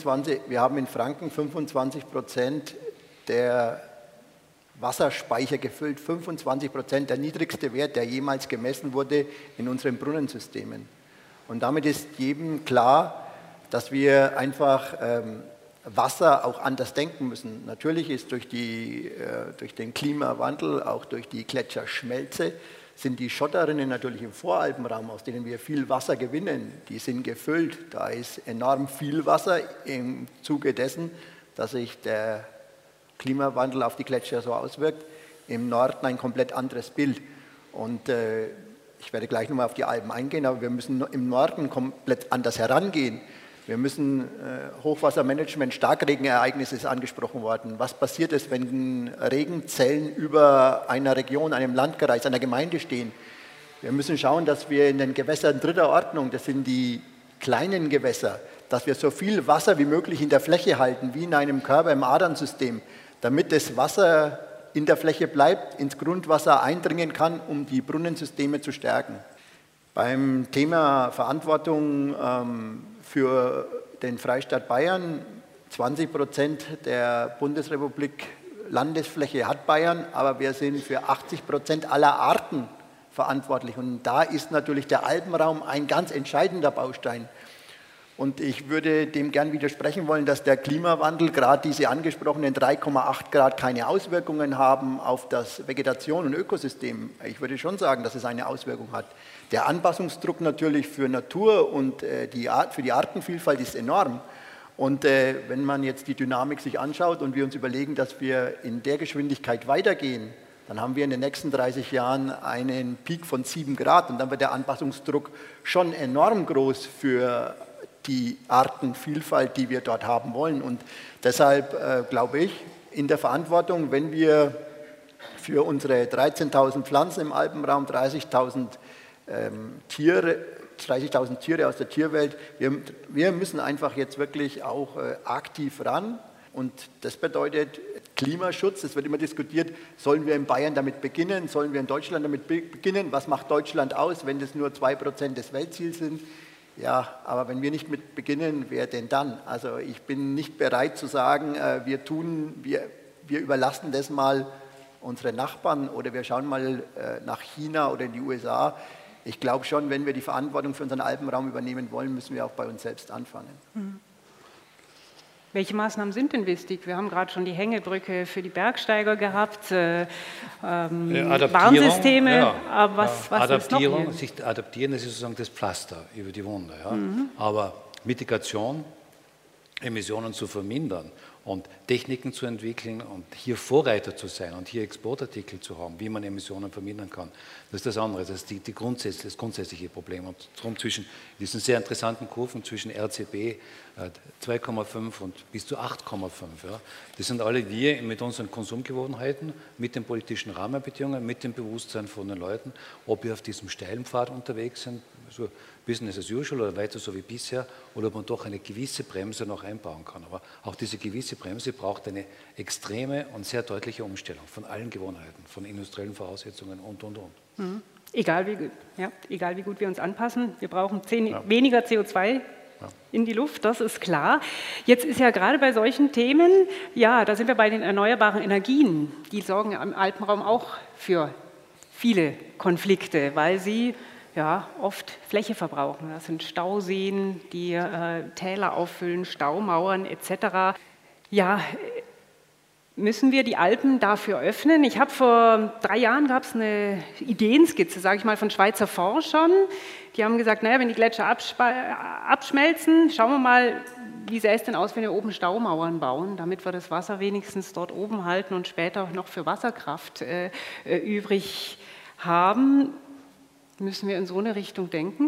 25% der Wasserspeicher gefüllt, 25%, der niedrigste Wert, der jemals gemessen wurde in unseren Brunnensystemen. Und damit ist jedem klar, dass wir einfach Wasser auch anders denken müssen. Natürlich ist durch den Klimawandel, auch durch die Gletscherschmelze, sind die Schotterrinnen natürlich im Voralpenraum, aus denen wir viel Wasser gewinnen, die sind gefüllt. Da ist enorm viel Wasser im Zuge dessen, dass sich der Klimawandel auf die Gletscher so auswirkt. Im Norden ein komplett anderes Bild. Und ich werde gleich nochmal auf die Alpen eingehen, aber wir müssen im Norden komplett anders herangehen. Wir müssen Hochwassermanagement, Starkregenereignisse ist angesprochen worden. Was passiert ist, wenn Regenzellen über einer Region, einem Landkreis, einer Gemeinde stehen? Wir müssen schauen, dass wir in den Gewässern dritter Ordnung, das sind die kleinen Gewässer, dass wir so viel Wasser wie möglich in der Fläche halten, wie in einem Körper im Adernsystem, damit das Wasser in der Fläche bleibt, ins Grundwasser eindringen kann, um die Brunnensysteme zu stärken. Beim Thema Verantwortung für den Freistaat Bayern, 20% der Bundesrepublik Landesfläche hat Bayern, aber wir sind für 80% aller Arten verantwortlich. Und da ist natürlich der Alpenraum ein ganz entscheidender Baustein. Und ich würde dem gern widersprechen wollen, dass der Klimawandel, gerade diese angesprochenen 3,8 Grad, keine Auswirkungen haben auf das Vegetation und Ökosystem. Ich würde schon sagen, dass es eine Auswirkung hat. Der Anpassungsdruck natürlich für Natur und für die Artenvielfalt ist enorm. Und wenn man jetzt die Dynamik sich anschaut und wir uns überlegen, dass wir in der Geschwindigkeit weitergehen, dann haben wir in den nächsten 30 Jahren einen Peak von 7 Grad und dann wird der Anpassungsdruck schon enorm groß für die Artenvielfalt, die wir dort haben wollen. Und deshalb glaube ich, in der Verantwortung, wenn wir für unsere 13.000 Pflanzen im Alpenraum, 30.000 Tiere aus der Tierwelt, wir müssen einfach jetzt wirklich auch aktiv ran. Und das bedeutet Klimaschutz, es wird immer diskutiert, sollen wir in Bayern damit beginnen, sollen wir in Deutschland damit beginnen, was macht Deutschland aus, wenn das nur 2% des Weltziels sind? Ja, aber wenn wir nicht mit beginnen, wer denn dann? Also ich bin nicht bereit zu sagen, wir überlassen das mal unseren Nachbarn oder wir schauen mal nach China oder in die USA. Ich glaube schon, wenn wir die Verantwortung für unseren Alpenraum übernehmen wollen, müssen wir auch bei uns selbst anfangen. Mhm. Welche Maßnahmen sind denn wichtig? Wir haben gerade schon die Hängebrücke für die Bergsteiger gehabt, Warnsysteme. Ja. Aber was Adaptierung, ist noch sich adaptieren, das ist sozusagen das Pflaster über die Wunde. Ja? Aber Mitigation, Emissionen zu vermindern und Techniken zu entwickeln und hier Vorreiter zu sein und hier Exportartikel zu haben, wie man Emissionen vermindern kann, das ist das andere, das ist das grundsätzliche Problem. Und darum zwischen diesen sehr interessanten Kurven zwischen RCB 2,5 und bis zu 8,5, ja, das sind alle wir mit unseren Konsumgewohnheiten, mit den politischen Rahmenbedingungen, mit dem Bewusstsein von den Leuten, ob wir auf diesem steilen Pfad unterwegs sind, so Business as usual oder weiter so wie bisher, oder ob man doch eine gewisse Bremse noch einbauen kann. Aber auch diese gewisse Bremse braucht eine extreme und sehr deutliche Umstellung von allen Gewohnheiten, von industriellen Voraussetzungen und. Mhm. Egal wie gut wir uns anpassen, wir brauchen weniger CO2 in die Luft, das ist klar. Jetzt ist ja gerade bei solchen Themen, ja, da sind wir bei den erneuerbaren Energien, die sorgen im Alpenraum auch für viele Konflikte, weil sie ja, oft Fläche verbrauchen. Das sind Stauseen, die Täler auffüllen, Staumauern etc. Ja, müssen wir die Alpen dafür öffnen. Ich habe vor 3 Jahren, gab es eine Ideenskizze, sage ich mal, von Schweizer Forschern. Die haben gesagt, naja, wenn die Gletscher abschmelzen, schauen wir mal, wie sähe es denn aus, wenn wir oben Staumauern bauen, damit wir das Wasser wenigstens dort oben halten und später noch für Wasserkraft übrig haben. Müssen wir in so eine Richtung denken?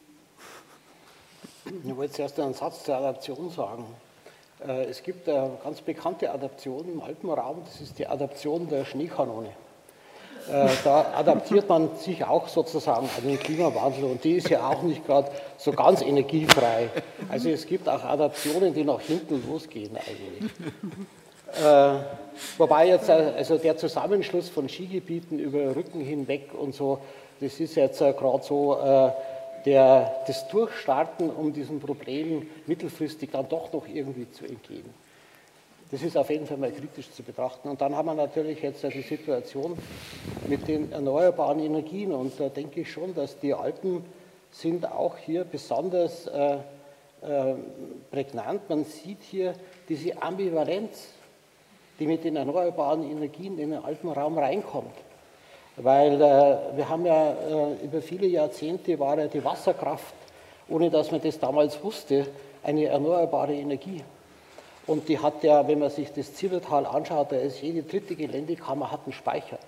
Ich wollte zuerst einen Satz zur Adaption sagen. Es gibt eine ganz bekannte Adaption im Alpenraum, das ist die Adaption der Schneekanone. Da adaptiert man sich auch sozusagen an den Klimawandel und die ist ja auch nicht gerade so ganz energiefrei. Also es gibt auch Adaptionen, die nach hinten losgehen eigentlich. Wobei jetzt also der Zusammenschluss von Skigebieten über Rücken hinweg und so, das ist jetzt gerade so das Durchstarten, um diesem Problem mittelfristig dann doch noch irgendwie zu entgehen. Das ist auf jeden Fall mal kritisch zu betrachten. Und dann haben wir natürlich jetzt die Situation mit den erneuerbaren Energien. Und da denke ich schon, dass die Alpen sind auch hier besonders prägnant. Man sieht hier diese Ambivalenz, die mit den erneuerbaren Energien in den Alpenraum reinkommt. Weil wir haben ja über viele Jahrzehnte war ja die Wasserkraft, ohne dass man das damals wusste, eine erneuerbare Energie. Und die hat ja, wenn man sich das Zillertal anschaut, da ist jede dritte Geländekammer hat einen Speicher.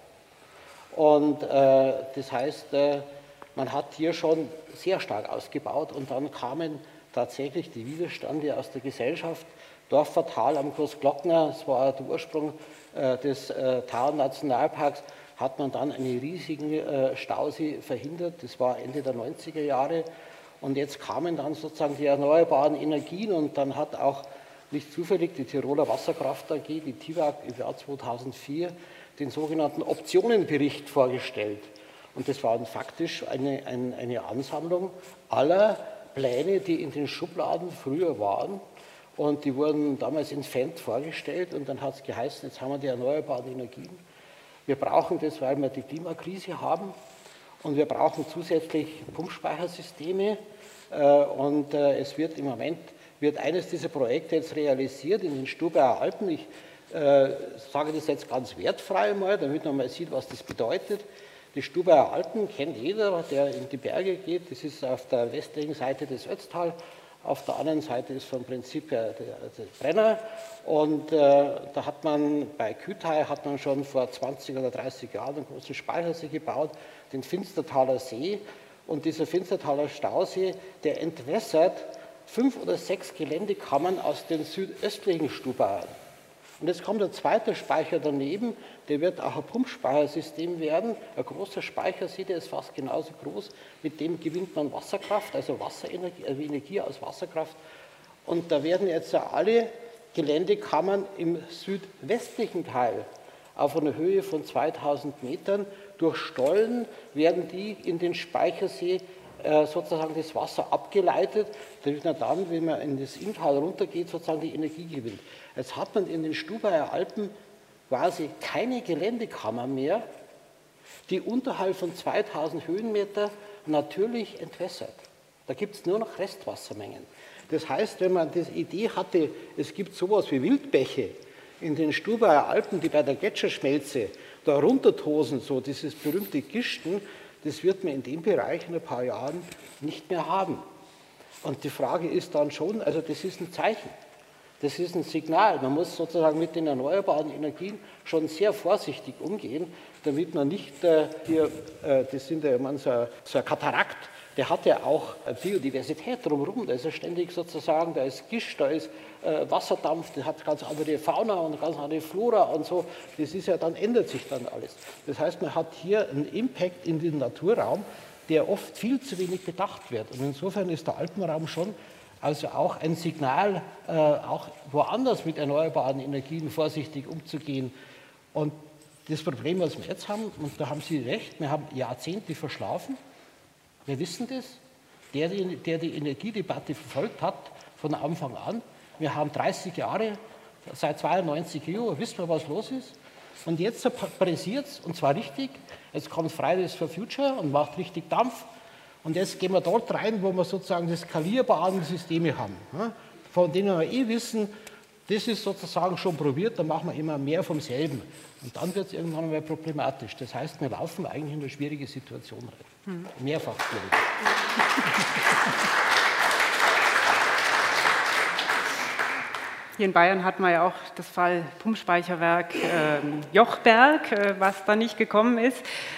Und das heißt, man hat hier schon sehr stark ausgebaut und dann kamen tatsächlich die Widerstände aus der Gesellschaft. Dorfertal am Großglockner, das war der Ursprung des Tauern-Nationalparks, hat man dann einen riesigen Stausee verhindert. Das war Ende der 90er Jahre. Und jetzt kamen dann sozusagen die erneuerbaren Energien und dann hat auch nicht zufällig die Tiroler Wasserkraft AG, die TIWAG, im Jahr 2004 den sogenannten Optionenbericht vorgestellt. Und das war faktisch eine Ansammlung aller Pläne, die in den Schubladen früher waren. Und die wurden damals in Fendt vorgestellt und dann hat es geheißen, jetzt haben wir die erneuerbaren Energien. Wir brauchen das, weil wir die Klimakrise haben und wir brauchen zusätzlich Pumpspeichersysteme. Und es wird im Moment eines dieser Projekte jetzt realisiert in den Stubaier Alpen. Ich sage das jetzt ganz wertfrei mal, damit man mal sieht, was das bedeutet. Die Stubaier Alpen kennt jeder, der in die Berge geht. Das ist auf der westlichen Seite des Ötztal. Auf der anderen Seite ist vom Prinzip her der Brenner. Und da hat man bei Kütai hat man schon vor 20 oder 30 Jahren einen großen Speichersee gebaut, den Finstertaler See. Und dieser Finstertaler Stausee, der entwässert 5 oder 6 Geländekammern aus den südöstlichen Stubaiern. Und jetzt kommt ein zweiter Speicher daneben, der wird auch ein Pumpspeichersystem werden, ein großer Speichersee, der ist fast genauso groß, mit dem gewinnt man Wasserkraft, also Wasserenergie, also Energie aus Wasserkraft. Und da werden jetzt alle Geländekammern im südwestlichen Teil auf einer Höhe von 2000 Metern durch Stollen werden die in den Speichersee sozusagen das Wasser abgeleitet, damit man dann, wenn man in das Inntal runtergeht, sozusagen die Energie gewinnt. Jetzt hat man in den Stubaier Alpen quasi keine Geländekammer mehr, die unterhalb von 2000 Höhenmeter natürlich entwässert. Da gibt es nur noch Restwassermengen. Das heißt, wenn man die Idee hatte, es gibt sowas wie Wildbäche in den Stubaier Alpen, die bei der Gletscherschmelze da runtertosen, so dieses berühmte Gischten, das wird man in dem Bereich in ein paar Jahren nicht mehr haben. Und die Frage ist dann schon, also das ist ein Zeichen, das ist ein Signal. Man muss sozusagen mit den erneuerbaren Energien schon sehr vorsichtig umgehen, damit man nicht hier, das sind ja immer so ein Katarakt, der hat ja auch Biodiversität drumherum, da ist ja ständig sozusagen, da ist Gischt, da ist Wasserdampf, das hat ganz andere Fauna und ganz andere Flora und so, das ist ja dann, ändert sich dann alles. Das heißt, man hat hier einen Impact in den Naturraum, der oft viel zu wenig bedacht wird. Und insofern ist der Alpenraum schon also auch ein Signal, auch woanders mit erneuerbaren Energien vorsichtig umzugehen. Und das Problem, was wir jetzt haben, und da haben Sie recht, wir haben Jahrzehnte verschlafen, wir wissen das, der die Energiedebatte verfolgt hat von Anfang an. Wir haben 30 Jahre, seit 92 EU, wissen wir, was los ist. Und jetzt passiert es, und zwar richtig. Jetzt kommt Fridays for Future und macht richtig Dampf. Und jetzt gehen wir dort rein, wo wir sozusagen die skalierbaren Systeme haben, von denen wir wissen, das ist sozusagen schon probiert, dann machen wir immer mehr vom selben. Und dann wird es irgendwann mal problematisch. Das heißt, wir laufen eigentlich in eine schwierige Situation rein. Mehrfach schwierig. Hier in Bayern hat man ja auch das Fall Pumpspeicherwerk Jochberg, was da nicht gekommen ist.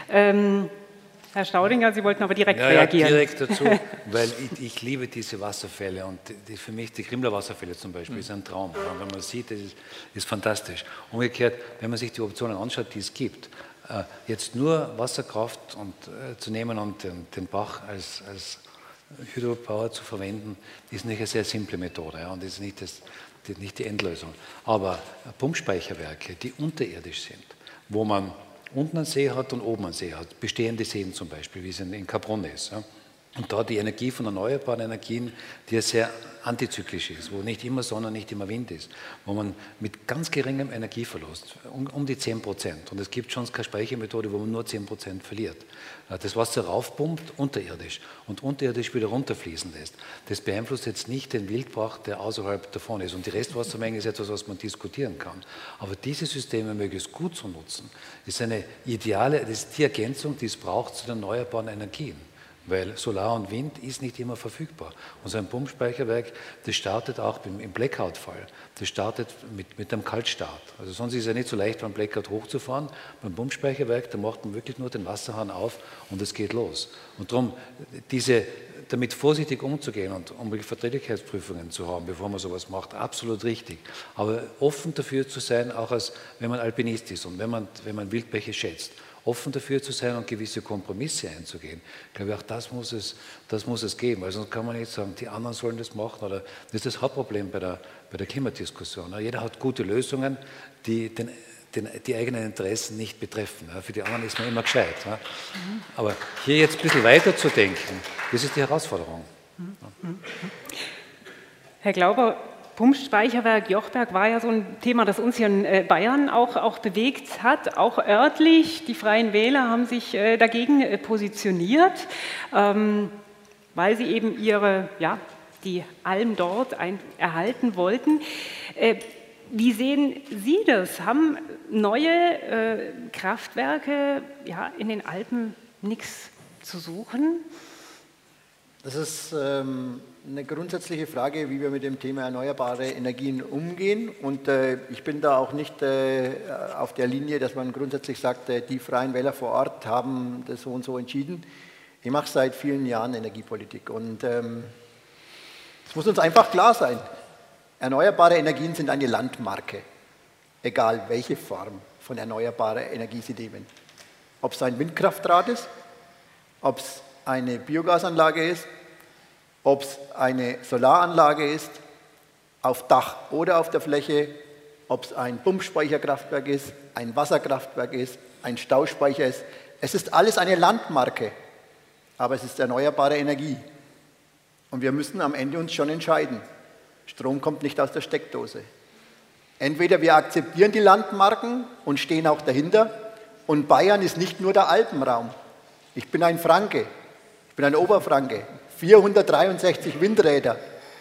Herr Staudinger, Sie wollten aber direkt reagieren. Ja, direkt dazu, weil ich liebe diese Wasserfälle und für mich die Grimler Wasserfälle zum Beispiel ist ein Traum. Ja, wenn man sieht, das ist fantastisch. Umgekehrt, wenn man sich die Optionen anschaut, die es gibt, jetzt nur Wasserkraft zu nehmen und den Bach als Hydropower zu verwenden, ist nicht eine sehr simple Methode, ja, und das ist nicht die Endlösung. Aber Pumpspeicherwerke, die unterirdisch sind, wo man unten einen See hat und oben einen See hat, bestehende Seen zum Beispiel, wie es in Kaprun ist. Ja. Und da die Energie von erneuerbaren Energien, die ja sehr antizyklisch ist, wo nicht immer Sonne, nicht immer Wind ist, wo man mit ganz geringem Energieverlust, um die 10%, und es gibt schon keine Speichermethode, wo man nur 10% verliert, das Wasser raufpumpt, unterirdisch, und unterirdisch wieder runterfließen lässt. Das beeinflusst jetzt nicht den Wildbach, der außerhalb davon ist. Und die Restwassermenge ist etwas, was man diskutieren kann. Aber diese Systeme möglichst gut zu nutzen, ist eine ideale, das ist die Ergänzung, die es braucht zu den erneuerbaren Energien. Weil Solar und Wind ist nicht immer verfügbar. Und so ein Pumpspeicherwerk, das startet auch im Blackout-Fall. Das startet mit einem Kaltstart. Also sonst ist es ja nicht so leicht, beim Blackout hochzufahren. Beim Pumpspeicherwerk, da macht man wirklich nur den Wasserhahn auf und es geht los. Und darum, damit vorsichtig umzugehen und um Verträglichkeitsprüfungen zu haben, bevor man sowas macht, absolut richtig. Aber offen dafür zu sein, auch wenn man Alpinist ist und wenn man Wildbäche schätzt, offen dafür zu sein und gewisse Kompromisse einzugehen. Ich glaube, auch das muss es geben. Also sonst kann man nicht sagen, die anderen sollen das machen. Oder das ist das Hauptproblem bei der Klimadiskussion. Jeder hat gute Lösungen, die die eigenen Interessen nicht betreffen. Für die anderen ist man immer gescheit. Aber hier jetzt ein bisschen weiter zu denken, das ist die Herausforderung. Herr Glauber, Pumpspeicherwerk Jochberg war ja so ein Thema, das uns hier in Bayern auch bewegt hat, auch örtlich. Die Freien Wähler haben sich dagegen positioniert, weil sie eben die Alm dort erhalten wollten. Wie sehen Sie das? Haben neue Kraftwerke in den Alpen nichts zu suchen? Das ist eine grundsätzliche Frage, wie wir mit dem Thema erneuerbare Energien umgehen. Und ich bin da auch nicht auf der Linie, dass man grundsätzlich sagt, die Freien Wähler vor Ort haben das so und so entschieden. Ich mache seit vielen Jahren Energiepolitik und es muss uns einfach klar sein, erneuerbare Energien sind eine Landmarke, egal welche Form von erneuerbarer Energie sie nehmen. Ob es ein Windkraftrad ist, ob es eine Biogasanlage ist, ob es eine Solaranlage ist, auf Dach oder auf der Fläche, ob es ein Pumpspeicherkraftwerk ist, ein Wasserkraftwerk ist, ein Stauspeicher ist. Es ist alles eine Landmarke, aber es ist erneuerbare Energie. Und wir müssen am Ende uns schon entscheiden. Strom kommt nicht aus der Steckdose. Entweder wir akzeptieren die Landmarken und stehen auch dahinter, und Bayern ist nicht nur der Alpenraum. Ich bin ein Franke, ich bin ein Oberfranke. 463 Windräder.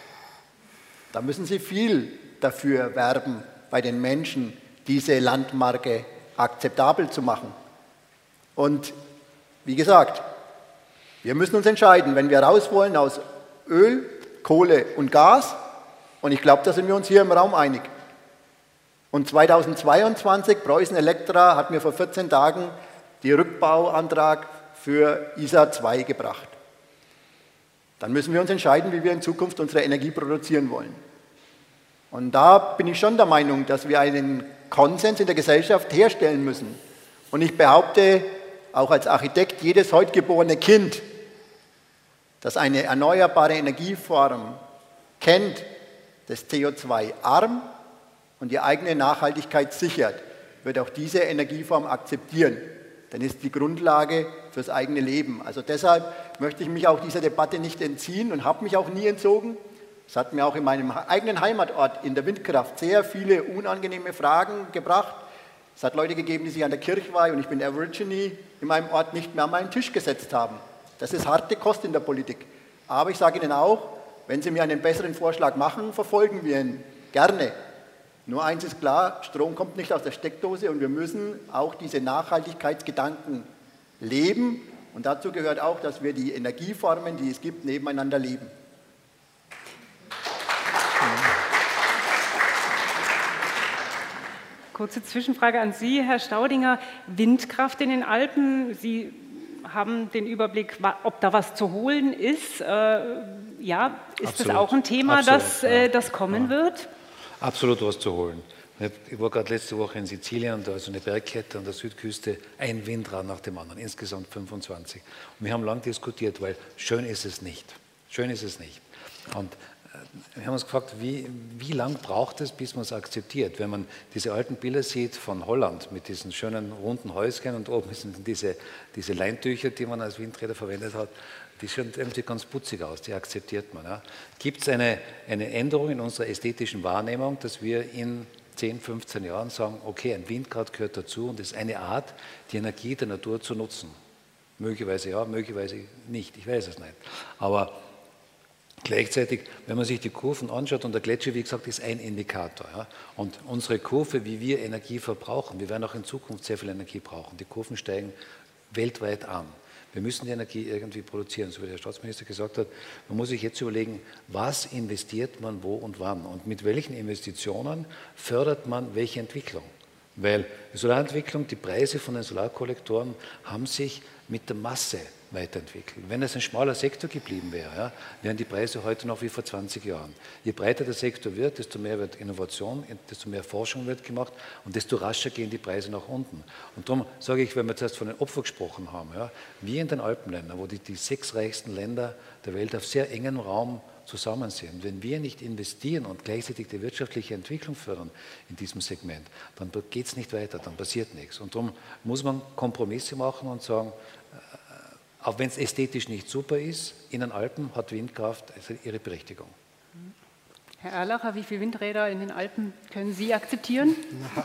Da müssen Sie viel dafür werben, bei den Menschen diese Landmarke akzeptabel zu machen. Und wie gesagt, wir müssen uns entscheiden, wenn wir raus wollen aus Öl, Kohle und Gas, und ich glaube, da sind wir uns hier im Raum einig. Und 2022, Preußen Elektra hat mir vor 14 Tagen den Rückbauantrag für ISA 2 gebracht. Dann müssen wir uns entscheiden, wie wir in Zukunft unsere Energie produzieren wollen. Und da bin ich schon der Meinung, dass wir einen Konsens in der Gesellschaft herstellen müssen. Und ich behaupte, auch als Architekt, jedes heute geborene Kind, das eine erneuerbare Energieform kennt, das CO2-arm und die eigene Nachhaltigkeit sichert, wird auch diese Energieform akzeptieren. Dann ist die Grundlage fürs eigene Leben. Also deshalb möchte ich mich auch dieser Debatte nicht entziehen und habe mich auch nie entzogen. Es hat mir auch in meinem eigenen Heimatort in der Windkraft sehr viele unangenehme Fragen gebracht. Es hat Leute gegeben, die sich an der Kirchweih, und ich bin Aborigine, in meinem Ort nicht mehr an meinen Tisch gesetzt haben. Das ist harte Kost in der Politik. Aber ich sage Ihnen auch, wenn Sie mir einen besseren Vorschlag machen, verfolgen wir ihn gerne. Nur eins ist klar, Strom kommt nicht aus der Steckdose und wir müssen auch diese Nachhaltigkeitsgedanken leben. Und dazu gehört auch, dass wir die Energieformen, die es gibt, nebeneinander leben. Kurze Zwischenfrage an Sie, Herr Staudinger. Windkraft in den Alpen, Sie haben den Überblick, ob da was zu holen ist. Ja, ist Absolut. Das auch ein Thema, Absolut, das kommen wird? Absolut was zu holen. Ich war gerade letzte Woche in Sizilien, da ist eine Bergkette an der Südküste, ein Windrad nach dem anderen, insgesamt 25. Und wir haben lange diskutiert, weil schön ist es nicht. Schön ist es nicht. Und wir haben uns gefragt, wie lange braucht es, bis man es akzeptiert? Wenn man diese alten Bilder sieht von Holland mit diesen schönen runden Häuschen und oben sind diese Leintücher, die man als Windräder verwendet hat, die schauen irgendwie ganz putzig aus, die akzeptiert man. Ja. Gibt es eine Änderung in unserer ästhetischen Wahrnehmung, dass wir in 10, 15 Jahren sagen, okay, ein Windrad gehört dazu und ist eine Art, die Energie der Natur zu nutzen? Möglicherweise ja, möglicherweise nicht, ich weiß es nicht. Aber gleichzeitig, wenn man sich die Kurven anschaut, und der Gletscher, wie gesagt, ist ein Indikator. Ja, und unsere Kurve, wie wir Energie verbrauchen, wir werden auch in Zukunft sehr viel Energie brauchen. Die Kurven steigen weltweit an. Wir müssen die Energie irgendwie produzieren, so wie der Staatsminister gesagt hat. Man muss sich jetzt überlegen, was investiert man wo und wann und mit welchen Investitionen fördert man welche Entwicklung. Weil die Solarentwicklung, die Preise von den Solarkollektoren haben sich mit der Masse weiterentwickelt. Wenn es ein schmaler Sektor geblieben wäre, ja, wären die Preise heute noch wie vor 20 Jahren. Je breiter der Sektor wird, desto mehr wird Innovation, desto mehr Forschung wird gemacht und desto rascher gehen die Preise nach unten. Und darum sage ich, wenn wir zuerst von den Opfern gesprochen haben, ja, wir in den Alpenländern, wo die 6 reichsten Länder der Welt auf sehr engem Raum zusammen sind, wenn wir nicht investieren und gleichzeitig die wirtschaftliche Entwicklung fördern in diesem Segment, dann geht es nicht weiter, dann passiert nichts. Und darum muss man Kompromisse machen und sagen, auch wenn es ästhetisch nicht super ist, in den Alpen hat Windkraft ihre Berechtigung. Herr Erlacher, wie viele Windräder in den Alpen können Sie akzeptieren?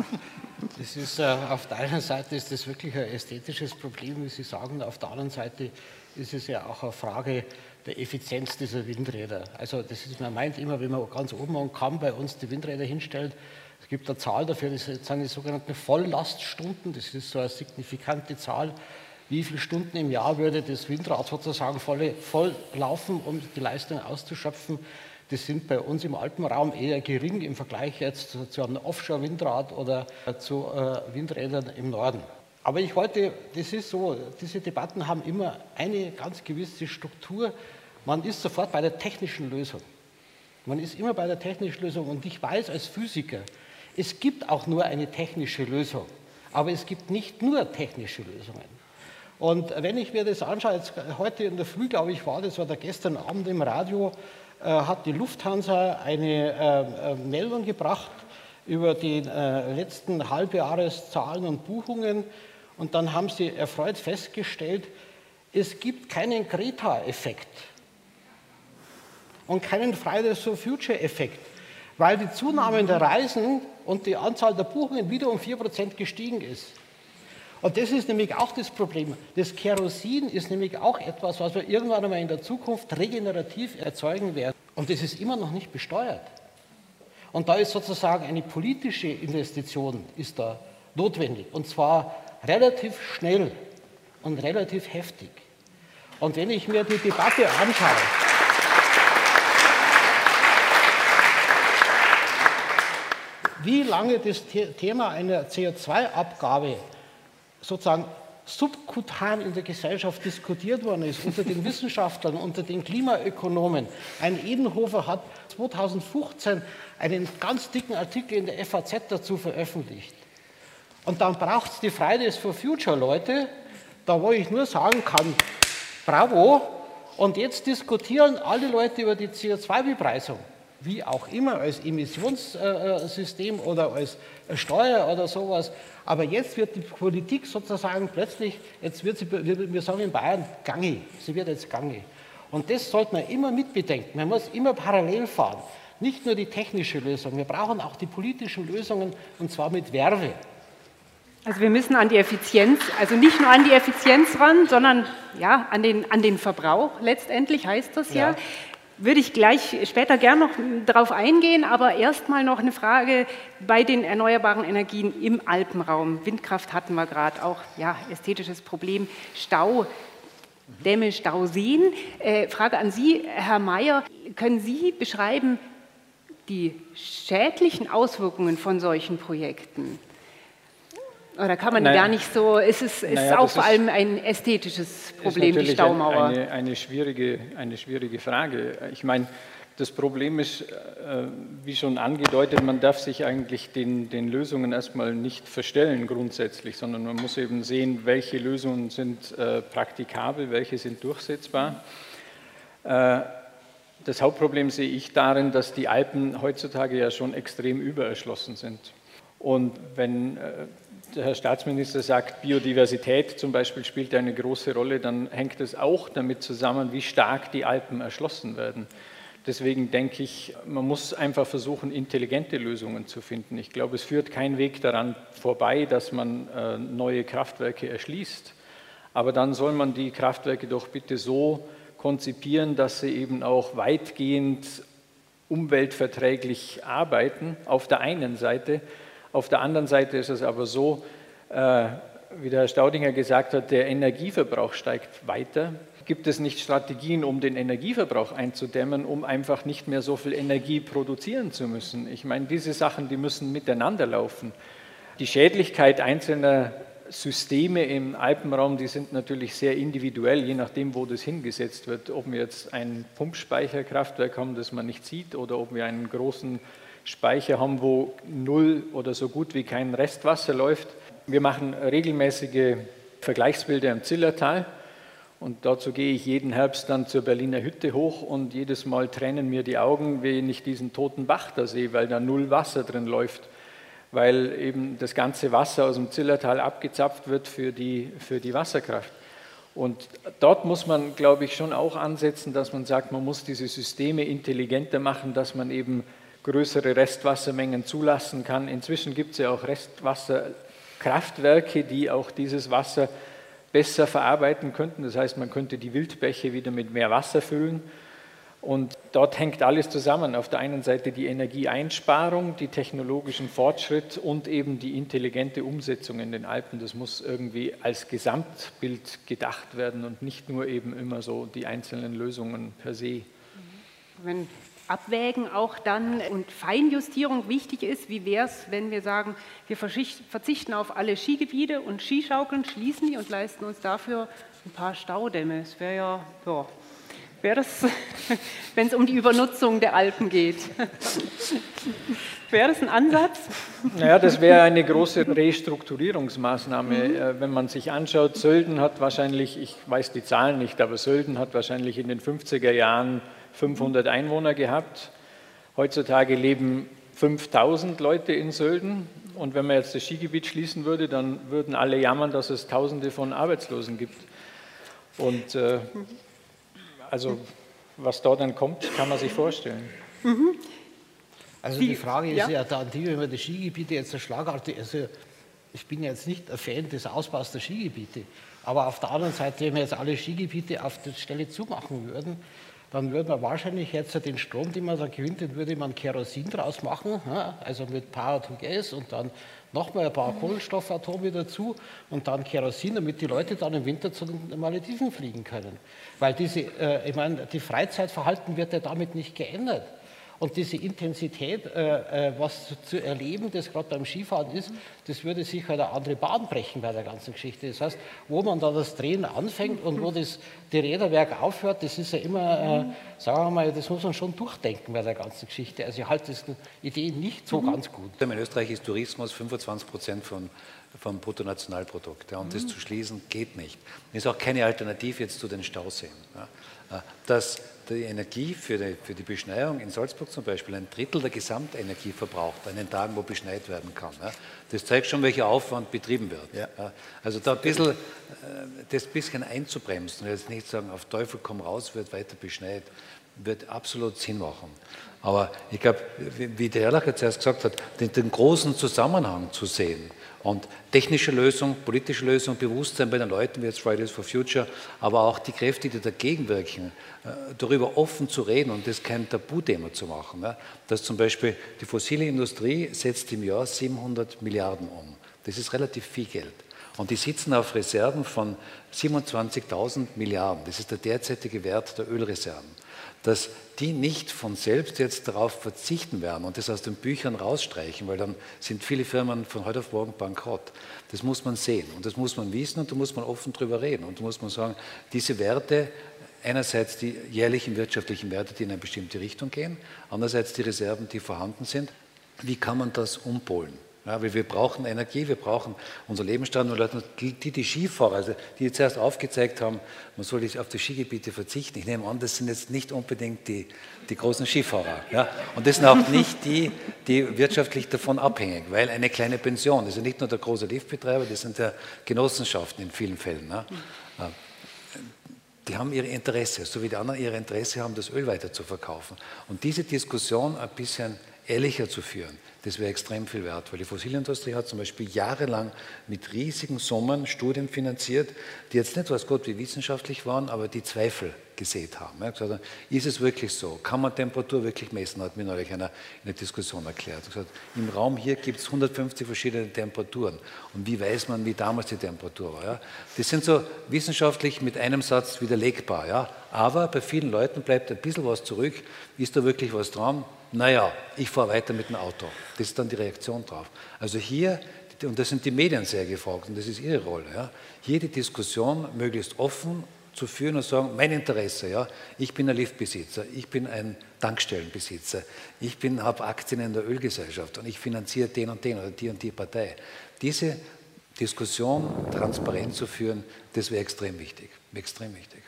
Das ist, auf der einen Seite ist das wirklich ein ästhetisches Problem, wie Sie sagen, auf der anderen Seite ist es ja auch eine Frage der Effizienz dieser Windräder. Also das ist, man meint immer, wenn man ganz oben am Kamm bei uns die Windräder hinstellt, es gibt eine Zahl dafür, das sind die sogenannten Vollaststunden, das ist so eine signifikante Zahl. Wie viele Stunden im Jahr würde das Windrad sozusagen voll laufen, um die Leistung auszuschöpfen? Das sind bei uns im Alpenraum eher gering im Vergleich jetzt zu einem Offshore-Windrad oder zu Windrädern im Norden. Aber ich wollte, das ist so, diese Debatten haben immer eine ganz gewisse Struktur. Man ist sofort bei der technischen Lösung. Man ist immer bei der technischen Lösung und ich weiß als Physiker, es gibt auch nur eine technische Lösung, aber es gibt nicht nur technische Lösungen. Und wenn ich mir das anschaue, jetzt heute in der Früh, glaube ich, war das, oder gestern Abend im Radio, hat die Lufthansa eine Meldung gebracht über die letzten Halbjahreszahlen und Buchungen. Und dann haben sie erfreut festgestellt, es gibt keinen Greta-Effekt und keinen Fridays for Future-Effekt, weil die Zunahme der Reisen und die Anzahl der Buchungen wieder um 4% gestiegen ist. Und das ist nämlich auch das Problem. Das Kerosin ist nämlich auch etwas, was wir irgendwann einmal in der Zukunft regenerativ erzeugen werden. Und das ist immer noch nicht besteuert. Und da ist sozusagen eine politische Investition ist da notwendig. Und zwar relativ schnell und relativ heftig. Und wenn ich mir die Debatte anschaue, wie lange das Thema einer CO2-Abgabe sozusagen subkutan in der Gesellschaft diskutiert worden ist, unter den Wissenschaftlern, unter den Klimaökonomen. Ein Edenhofer hat 2015 einen ganz dicken Artikel in der FAZ dazu veröffentlicht. Und dann braucht es die Fridays for Future Leute, da wo ich nur sagen kann, bravo, und jetzt diskutieren alle Leute über die CO2-Bepreisung. Wie auch immer, als Emissionssystem oder als Steuer oder sowas. Aber jetzt wird die Politik sozusagen plötzlich, jetzt wird sie, wir sagen in Bayern, gangig. Sie wird jetzt gangig. Und das sollte man immer mitbedenken. Man muss immer parallel fahren. Nicht nur die technische Lösung, wir brauchen auch die politischen Lösungen und zwar mit Verve. Also wir müssen an die Effizienz, also nicht nur an die Effizienz ran, sondern ja, an den Verbrauch letztendlich heißt das ja. würde ich gleich später gern noch darauf eingehen, aber erstmal noch eine Frage bei den erneuerbaren Energien im Alpenraum. Windkraft hatten wir gerade, auch ja, ästhetisches Problem, Stau, Dämme, Stauseen. Frage an Sie, Herr Mayer, können Sie beschreiben die schädlichen Auswirkungen von solchen Projekten? Oder kann man gar nicht so, ist auch vor allem ein ästhetisches Problem, die Staumauer? Eine schwierige Frage. Ich meine, das Problem ist, wie schon angedeutet, man darf sich eigentlich den Lösungen erstmal nicht verstellen grundsätzlich, sondern man muss eben sehen, welche Lösungen sind praktikabel, welche sind durchsetzbar. Das Hauptproblem sehe ich darin, dass die Alpen heutzutage ja schon extrem übererschlossen sind. Und wenn der Herr Staatsminister sagt, Biodiversität zum Beispiel spielt eine große Rolle, dann hängt es auch damit zusammen, wie stark die Alpen erschlossen werden. Deswegen denke ich, man muss einfach versuchen, intelligente Lösungen zu finden. Ich glaube, es führt kein Weg daran vorbei, dass man neue Kraftwerke erschließt. Aber dann soll man die Kraftwerke doch bitte so konzipieren, dass sie eben auch weitgehend umweltverträglich arbeiten, auf der einen Seite. Auf der anderen Seite ist es aber so, wie der Herr Staudinger gesagt hat, der Energieverbrauch steigt weiter. Gibt es nicht Strategien, um den Energieverbrauch einzudämmen, um einfach nicht mehr so viel Energie produzieren zu müssen? Ich meine, diese Sachen, die müssen miteinander laufen. Die Schädlichkeit einzelner Systeme im Alpenraum, die sind natürlich sehr individuell, je nachdem, wo das hingesetzt wird. Ob wir jetzt ein Pumpspeicherkraftwerk haben, das man nicht sieht, oder ob wir einen großen Speicher haben, wo null oder so gut wie kein Restwasser läuft. Wir machen regelmäßige Vergleichsbilder im Zillertal und dazu gehe ich jeden Herbst dann zur Berliner Hütte hoch und jedes Mal tränen mir die Augen, wenn ich diesen toten Bach da sehe, weil da null Wasser drin läuft, weil eben das ganze Wasser aus dem Zillertal abgezapft wird für die Wasserkraft. Und dort muss man, glaube ich, schon auch ansetzen, dass man sagt, man muss diese Systeme intelligenter machen, dass man eben größere Restwassermengen zulassen kann. Inzwischen gibt es ja auch Restwasserkraftwerke, die auch dieses Wasser besser verarbeiten könnten. Das heißt, man könnte die Wildbäche wieder mit mehr Wasser füllen. Und dort hängt alles zusammen. Auf der einen Seite die Energieeinsparung, die technologischen Fortschritt und eben die intelligente Umsetzung in den Alpen. Das muss irgendwie als Gesamtbild gedacht werden und nicht nur eben immer so die einzelnen Lösungen per se. Wenn Abwägen auch dann und Feinjustierung wichtig ist, wie wäre es, wenn wir sagen, wir verzichten auf alle Skigebiete und Skischaukeln, schließen die und leisten uns dafür ein paar Staudämme. Es wäre ja, wäre das, wenn es um die Übernutzung der Alpen geht. Wäre das ein Ansatz? Naja, das wäre eine große Restrukturierungsmaßnahme. Wenn man sich anschaut, Sölden hat wahrscheinlich, ich weiß die Zahlen nicht, aber Sölden hat wahrscheinlich in den 50er Jahren 500 Einwohner gehabt. Heutzutage leben 5000 Leute in Sölden. Und wenn man jetzt das Skigebiet schließen würde, dann würden alle jammern, dass es Tausende von Arbeitslosen gibt. Und also was da dann kommt, kann man sich vorstellen. Also die Frage ist ja dann die, wenn man die Skigebiete jetzt so schlagartig, also ich bin jetzt nicht ein Fan des Ausbaus der Skigebiete, aber auf der anderen Seite, wenn wir jetzt alle Skigebiete auf der Stelle zumachen würden, dann würde man wahrscheinlich jetzt den Strom, den man da gewinnt, den würde man Kerosin draus machen, also mit Power to Gas und dann nochmal ein paar Kohlenstoffatome dazu und dann Kerosin, damit die Leute dann im Winter zu den Malediven fliegen können. Weil ich meine, die Freizeitverhalten wird ja damit nicht geändert. Und diese Intensität, was zu erleben, das gerade beim Skifahren ist, das würde sich halt eine andere Bahn brechen bei der ganzen Geschichte. Das heißt, wo man da das Drehen anfängt und wo die Räderwerk aufhört, das ist ja immer, sagen wir mal, das muss man schon durchdenken bei der ganzen Geschichte. Also ich halte diese Idee nicht so ganz gut. In Österreich ist Tourismus 25% vom Bruttonationalprodukt. Ja, und das zu schließen geht nicht. Das ist auch keine Alternative jetzt zu den Stauseen. Ja. Dass die Energie für die Beschneiung in Salzburg zum Beispiel ein Drittel der Gesamtenergie verbraucht, an den Tagen, wo beschneit werden kann. Ja. Das zeigt schon, welcher Aufwand betrieben wird. Ja. Ja. Also da ein bisschen, das bisschen einzubremsen und jetzt nicht sagen, auf Teufel komm raus, wird weiter beschneit. wird absolut Sinn machen. Aber ich glaube, wie der Erlacher zuerst gesagt hat, den großen Zusammenhang zu sehen und technische Lösung, politische Lösung, Bewusstsein bei den Leuten, wie jetzt Fridays for Future, aber auch die Kräfte, die dagegen wirken, darüber offen zu reden und das kein Tabuthema zu machen. Dass zum Beispiel die fossile Industrie setzt im Jahr 700 Milliarden um. Das ist relativ viel Geld. Und die sitzen auf Reserven von 27.000 Milliarden. Das ist der derzeitige Wert der Ölreserven. Dass die nicht von selbst jetzt darauf verzichten werden und das aus den Büchern rausstreichen, weil dann sind viele Firmen von heute auf morgen bankrott. Das muss man sehen und das muss man wissen und da muss man offen drüber reden. Und da muss man sagen, diese Werte, einerseits die jährlichen wirtschaftlichen Werte, die in eine bestimmte Richtung gehen, andererseits die Reserven, die vorhanden sind, wie kann man das umpolen? Ja, weil wir brauchen Energie, wir brauchen unser Lebensstandard. Die Skifahrer, also die jetzt erst aufgezeigt haben, man soll auf die Skigebiete verzichten. Ich nehme an, das sind jetzt nicht unbedingt die großen Skifahrer. Ja? Und das sind auch nicht die wirtschaftlich davon abhängig, weil eine kleine Pension, das ist ja nicht nur der große Liftbetreiber, das sind ja Genossenschaften in vielen Fällen. Ne? Die haben ihr Interesse, so wie die anderen ihr Interesse haben, das Öl weiter zu verkaufen. Und diese Diskussion ein bisschen ehrlicher zu führen, das wäre extrem viel wert, weil die Fossilindustrie hat zum Beispiel jahrelang mit riesigen Summen Studien finanziert, die jetzt nicht, weiß Gott, wie wissenschaftlich waren, aber die Zweifel gesät haben. Ja, gesagt, ist es wirklich so? Kann man Temperatur wirklich messen? Hat mir neulich einer in der Diskussion erklärt. Gesagt, im Raum hier gibt es 150 verschiedene Temperaturen. Und wie weiß man, wie damals die Temperatur war? Ja? Das sind so wissenschaftlich mit einem Satz widerlegbar. Ja? Aber bei vielen Leuten bleibt ein bisschen was zurück. Ist da wirklich was dran? Naja, ich fahre weiter mit dem Auto. Das ist dann die Reaktion drauf. Also hier, und da sind die Medien sehr gefragt, und das ist ihre Rolle, ja, hier die Diskussion möglichst offen zu führen und sagen, mein Interesse, ja, ich bin ein Liftbesitzer, ich bin ein Tankstellenbesitzer, ich habe Aktien in der Ölgesellschaft und ich finanziere den und den oder die und die Partei. Diese Diskussion transparent zu führen, das wäre extrem wichtig, extrem wichtig.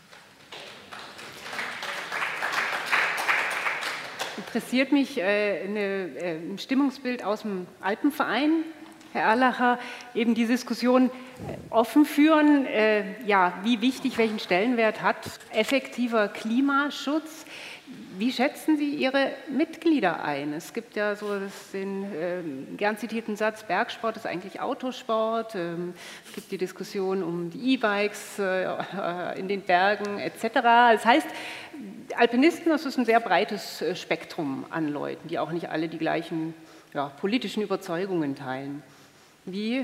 Interessiert mich ein Stimmungsbild aus dem Alpenverein, Herr Erlacher, eben die Diskussion offen führen, wie wichtig, welchen Stellenwert hat effektiver Klimaschutz. Wie schätzen Sie Ihre Mitglieder ein? Es gibt ja so den gern zitierten Satz, Bergsport ist eigentlich Autosport. Es gibt die Diskussion um die E-Bikes in den Bergen etc. Das heißt, Alpinisten, das ist ein sehr breites Spektrum an Leuten, die auch nicht alle die gleichen politischen Überzeugungen teilen. Wie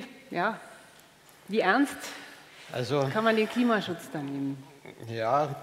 ernst kann man den Klimaschutz dann nehmen? Ja,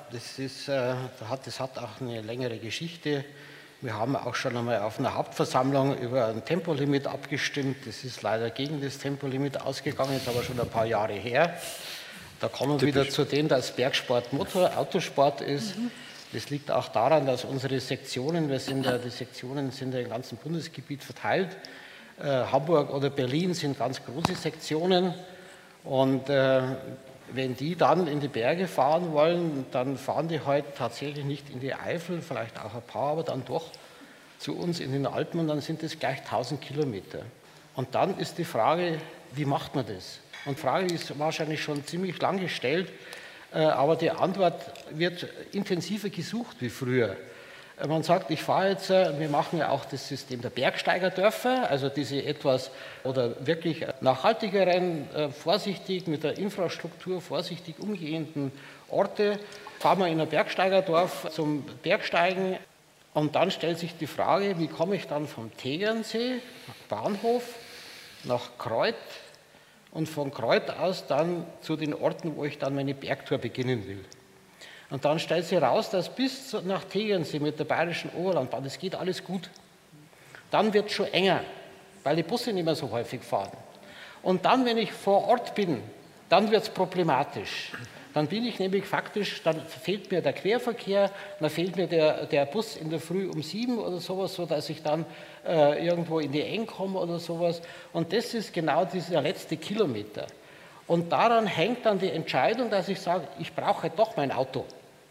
das hat auch eine längere Geschichte. Wir haben auch schon einmal auf einer Hauptversammlung über ein Tempolimit abgestimmt. Das ist leider gegen das Tempolimit ausgegangen, ist aber schon ein paar Jahre her. Da kommen wir wieder zu dem, dass Bergsport Autosport ist. Das liegt auch daran, dass unsere Sektionen, die Sektionen sind ja im ganzen Bundesgebiet verteilt. Hamburg oder Berlin sind ganz große Sektionen und wenn die dann in die Berge fahren wollen, dann fahren die halt tatsächlich nicht in die Eifel, vielleicht auch ein paar, aber dann doch zu uns in den Alpen und dann sind es gleich 1000 Kilometer. Und dann ist die Frage, wie macht man das? Und die Frage ist wahrscheinlich schon ziemlich lang gestellt, aber die Antwort wird intensiver gesucht wie früher. Man sagt, ich fahre jetzt, wir machen ja auch das System der Bergsteigerdörfer, also diese etwas oder wirklich nachhaltigeren, vorsichtig mit der Infrastruktur vorsichtig umgehenden Orte. Fahren wir in ein Bergsteigerdorf zum Bergsteigen und dann stellt sich die Frage, wie komme ich dann vom Tegernsee, Bahnhof, nach Kreuth und von Kreuth aus dann zu den Orten, wo ich dann meine Bergtour beginnen will. Und dann stellt sich heraus, dass bis nach Tegernsee mit der Bayerischen Oberlandbahn, das geht alles gut. Dann wird es schon enger, weil die Busse nicht mehr so häufig fahren. Und dann, wenn ich vor Ort bin, dann wird es problematisch. Dann bin ich nämlich faktisch, dann fehlt mir der Querverkehr, dann fehlt mir der Bus in der Früh um 7 oder sowas, sodass ich dann irgendwo in die Eng komme oder sowas. Und das ist genau dieser letzte Kilometer. Und daran hängt dann die Entscheidung, dass ich sage, ich brauche halt doch mein Auto.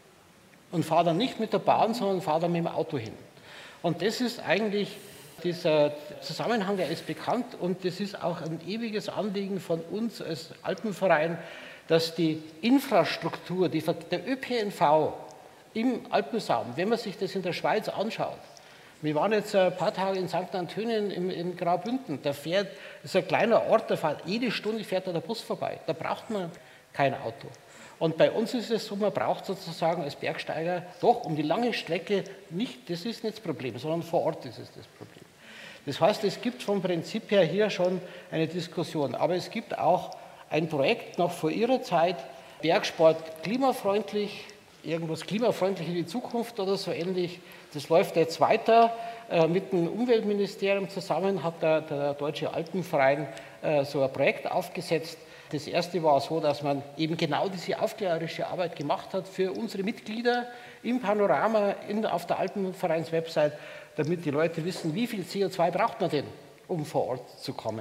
Und fahre dann nicht mit der Bahn, sondern fahre dann mit dem Auto hin. Und das ist eigentlich, dieser Zusammenhang, der ist bekannt und das ist auch ein ewiges Anliegen von uns als Alpenverein, dass die Infrastruktur, der ÖPNV im Alpensaum, wenn man sich das in der Schweiz anschaut. Wir waren jetzt ein paar Tage in St. Antonien in Graubünden. Da fährt, das ist ein kleiner Ort, da fährt jede Stunde fährt da der Bus vorbei. Da braucht man kein Auto. Und bei uns ist es so, man braucht sozusagen als Bergsteiger doch um die lange Strecke nicht, das ist nicht das Problem, sondern vor Ort ist es das Problem. Das heißt, es gibt vom Prinzip her hier schon eine Diskussion. Aber es gibt auch ein Projekt noch vor Ihrer Zeit, Bergsport klimafreundlich, irgendwas klimafreundlich in die Zukunft oder so ähnlich. Das läuft jetzt weiter. Mit dem Umweltministerium zusammen hat der Deutsche Alpenverein so ein Projekt aufgesetzt. Das erste war so, dass man eben genau diese aufklärerische Arbeit gemacht hat für unsere Mitglieder im Panorama auf der Alpenvereins-Website, damit die Leute wissen, wie viel CO2 braucht man denn, um vor Ort zu kommen.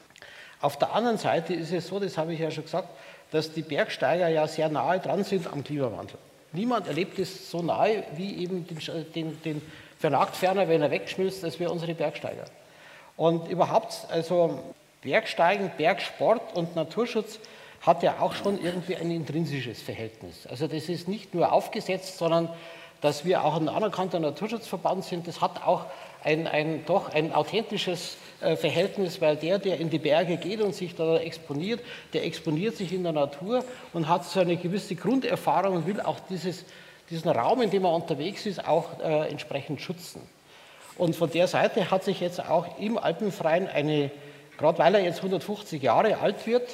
Auf der anderen Seite ist es so, das habe ich ja schon gesagt, dass die Bergsteiger ja sehr nahe dran sind am Klimawandel. Niemand erlebt es so nahe wie eben den Vernagtferner, wenn er wegschmilzt, als wir unsere Bergsteiger. Und überhaupt, also Bergsteigen, Bergsport und Naturschutz hat ja auch schon irgendwie ein intrinsisches Verhältnis. Also das ist nicht nur aufgesetzt, sondern dass wir auch ein anerkannter Naturschutzverband sind, das hat auch doch ein authentisches Verhältnis, weil der in die Berge geht und sich da exponiert, der exponiert sich in der Natur und hat so eine gewisse Grunderfahrung und will auch diesen Raum, in dem er unterwegs ist, auch entsprechend schützen. Und von der Seite hat sich jetzt auch im Alpenverein gerade weil er jetzt 150 Jahre alt wird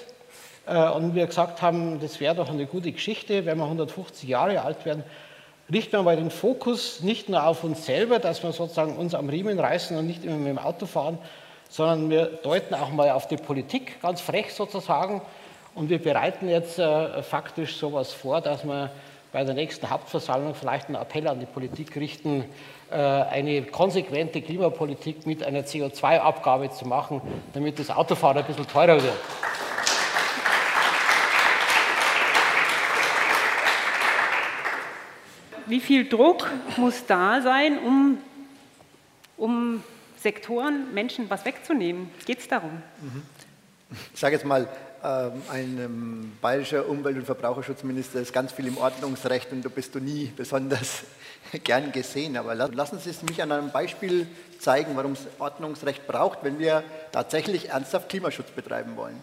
und wir gesagt haben, das wäre doch eine gute Geschichte, wenn wir 150 Jahre alt werden, richten wir mal den Fokus nicht nur auf uns selber, dass wir sozusagen uns am Riemen reißen und nicht immer mit dem Auto fahren, sondern wir deuten auch mal auf die Politik, ganz frech sozusagen. Und wir bereiten jetzt faktisch sowas vor, dass wir bei der nächsten Hauptversammlung vielleicht einen Appell an die Politik richten, eine konsequente Klimapolitik mit einer CO2-Abgabe zu machen, damit das Autofahren ein bisschen teurer wird. Wie viel Druck muss da sein, um Sektoren, Menschen was wegzunehmen? Geht es darum? Ich sage jetzt mal, ein bayerischer Umwelt- und Verbraucherschutzminister ist ganz viel im Ordnungsrecht und da bist du nie besonders gern gesehen. Aber lassen Sie es mich an einem Beispiel zeigen, warum es Ordnungsrecht braucht, wenn wir tatsächlich ernsthaft Klimaschutz betreiben wollen.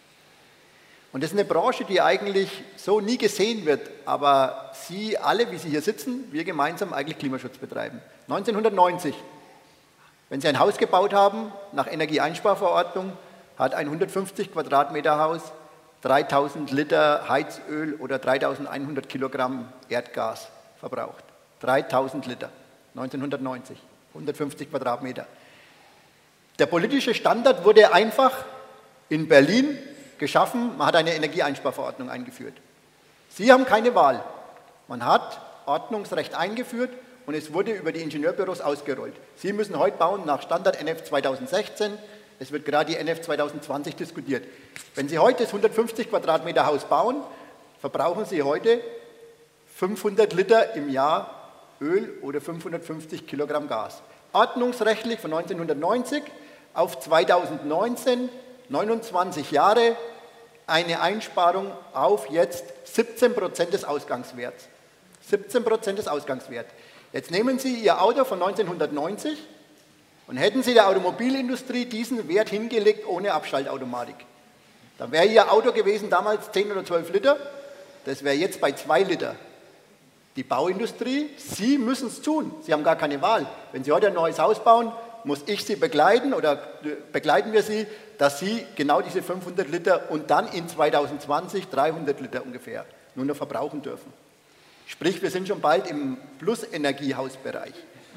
Und das ist eine Branche, die eigentlich so nie gesehen wird, aber Sie alle, wie Sie hier sitzen, wir gemeinsam eigentlich Klimaschutz betreiben. 1990, wenn Sie ein Haus gebaut haben, nach Energieeinsparverordnung, hat ein 150 Quadratmeter Haus 3000 Liter Heizöl oder 3100 Kilogramm Erdgas verbraucht. 3000 Liter, 1990, 150 Quadratmeter. Der politische Standard wurde einfach in Berlin geschaffen, man hat eine Energieeinsparverordnung eingeführt. Sie haben keine Wahl. Man hat Ordnungsrecht eingeführt und es wurde über die Ingenieurbüros ausgerollt. Sie müssen heute bauen nach Standard NF 2016, es wird gerade die NF 2020 diskutiert. Wenn Sie heute das 150 Quadratmeter Haus bauen, verbrauchen Sie heute 500 Liter im Jahr Öl oder 550 Kilogramm Gas. Ordnungsrechtlich von 1990 auf 2019, 29 Jahre, eine Einsparung auf jetzt 17% des Ausgangswerts. 17% des Ausgangswerts. Jetzt nehmen Sie Ihr Auto von 1990 und hätten Sie der Automobilindustrie diesen Wert hingelegt ohne Abschaltautomatik. Dann wäre Ihr Auto gewesen damals 10 oder 12 Liter, das wäre jetzt bei 2 Liter. Die Bauindustrie, Sie müssen es tun, Sie haben gar keine Wahl. Wenn Sie heute ein neues Haus bauen, muss ich Sie begleiten oder begleiten wir Sie, dass Sie genau diese 500 Liter und dann in 2020 300 Liter ungefähr nur noch verbrauchen dürfen. Sprich, wir sind schon bald im Plus-Energiehausbereich.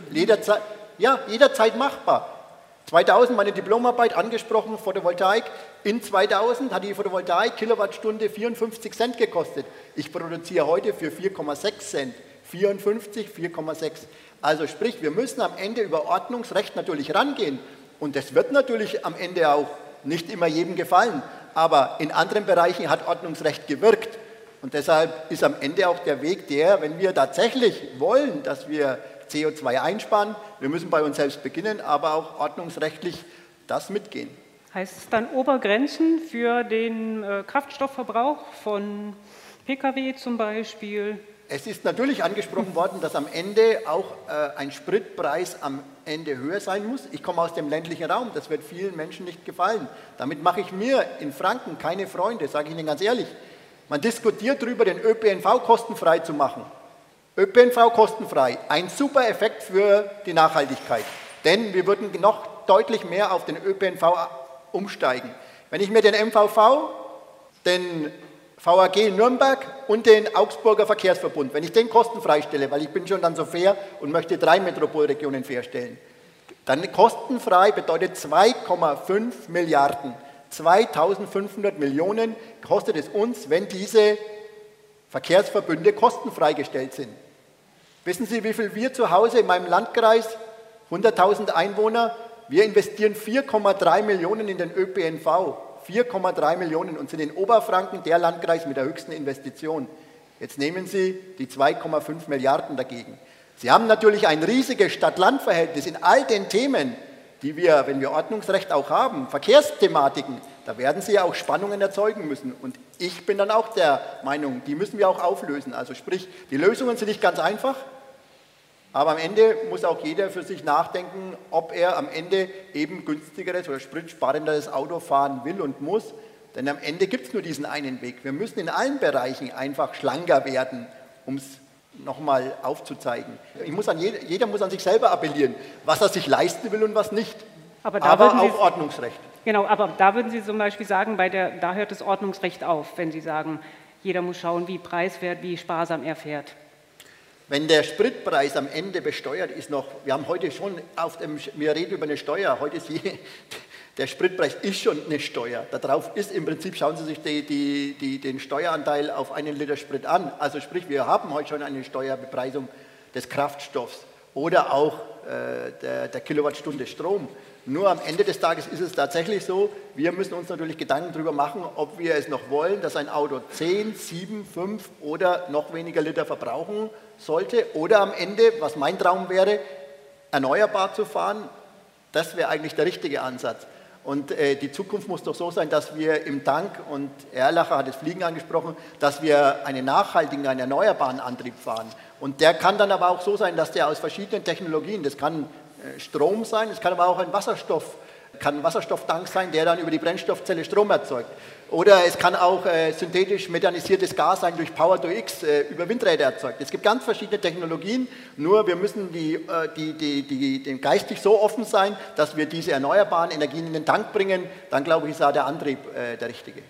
Jederzeit machbar. 2000 meine Diplomarbeit angesprochen, Photovoltaik. In 2000 hat die Photovoltaik Kilowattstunde 54 Cent gekostet. Ich produziere heute für 4,6 Cent. 54, 4,6. Also sprich, wir müssen am Ende über Ordnungsrecht natürlich rangehen. Und das wird natürlich am Ende auch nicht immer jedem gefallen. Aber in anderen Bereichen hat Ordnungsrecht gewirkt. Und deshalb ist am Ende auch der Weg der, wenn wir tatsächlich wollen, dass wir CO2 einsparen, wir müssen bei uns selbst beginnen, aber auch ordnungsrechtlich das mitgehen. Heißt es dann Obergrenzen für den Kraftstoffverbrauch von Pkw zum Beispiel? Es ist natürlich angesprochen worden, dass am Ende auch ein Spritpreis am Ende höher sein muss. Ich komme aus dem ländlichen Raum, das wird vielen Menschen nicht gefallen. Damit mache ich mir in Franken keine Freunde, sage ich Ihnen ganz ehrlich. Man diskutiert darüber, den ÖPNV kostenfrei zu machen. ÖPNV kostenfrei, ein super Effekt für die Nachhaltigkeit. Denn wir würden noch deutlich mehr auf den ÖPNV umsteigen. Wenn ich mir den MVV, den VAG Nürnberg und den Augsburger Verkehrsverbund, wenn ich den kostenfrei stelle, weil ich bin schon dann so fair und möchte 3 Metropolregionen fair stellen, dann kostenfrei bedeutet 2,5 Milliarden. 2500 Millionen kostet es uns, wenn diese Verkehrsverbünde kostenfrei gestellt sind. Wissen Sie, wie viel wir zu Hause in meinem Landkreis, 100.000 Einwohner, wir investieren 4,3 Millionen in den ÖPNV. 4,3 Millionen und sind in Oberfranken der Landkreis mit der höchsten Investition. Jetzt nehmen Sie die 2,5 Milliarden dagegen. Sie haben natürlich ein riesiges Stadt-Land-Verhältnis in all den Themen, die wir, wenn wir Ordnungsrecht auch haben, Verkehrsthematiken, da werden Sie ja auch Spannungen erzeugen müssen. Und ich bin dann auch der Meinung, die müssen wir auch auflösen. Also sprich, die Lösungen sind nicht ganz einfach, aber am Ende muss auch jeder für sich nachdenken, ob er am Ende eben günstigeres oder spritsparenderes Auto fahren will und muss. Denn am Ende gibt es nur diesen einen Weg. Wir müssen in allen Bereichen einfach schlanker werden, um es nochmal aufzuzeigen. Jeder muss an sich selber appellieren, was er sich leisten will und was nicht. Aber auch Ordnungsrecht. Genau, aber da würden Sie zum Beispiel sagen, da hört das Ordnungsrecht auf, wenn Sie sagen, jeder muss schauen, wie preiswert, wie sparsam er fährt. Wenn der Spritpreis am Ende besteuert ist noch, wir haben heute schon wir reden über eine Steuer, heute ist der Spritpreis ist schon eine Steuer. Darauf ist im Prinzip, schauen Sie sich den Steueranteil auf einen Liter Sprit an. Also sprich, wir haben heute schon eine Steuerbepreisung des Kraftstoffs oder auch der Kilowattstunde Strom. Nur am Ende des Tages ist es tatsächlich so, wir müssen uns natürlich Gedanken darüber machen, ob wir es noch wollen, dass ein Auto 10, 7, 5 oder noch weniger Liter verbrauchen sollte. Oder am Ende, was mein Traum wäre, erneuerbar zu fahren. Das wäre eigentlich der richtige Ansatz. Und die Zukunft muss doch so sein, dass wir im Tank, und Erlacher hat das Fliegen angesprochen, dass wir einen nachhaltigen, einen erneuerbaren Antrieb fahren. Und der kann dann aber auch so sein, dass der aus verschiedenen Technologien, das kann Strom sein, es kann aber auch ein Wasserstofftank sein, der dann über die Brennstoffzelle Strom erzeugt. Oder es kann auch synthetisch methanisiertes Gas sein, durch Power-to-X über Windräder erzeugt. Es gibt ganz verschiedene Technologien, nur wir müssen dem geistig so offen sein, dass wir diese erneuerbaren Energien in den Tank bringen. Dann glaube ich, ist auch der Antrieb der richtige.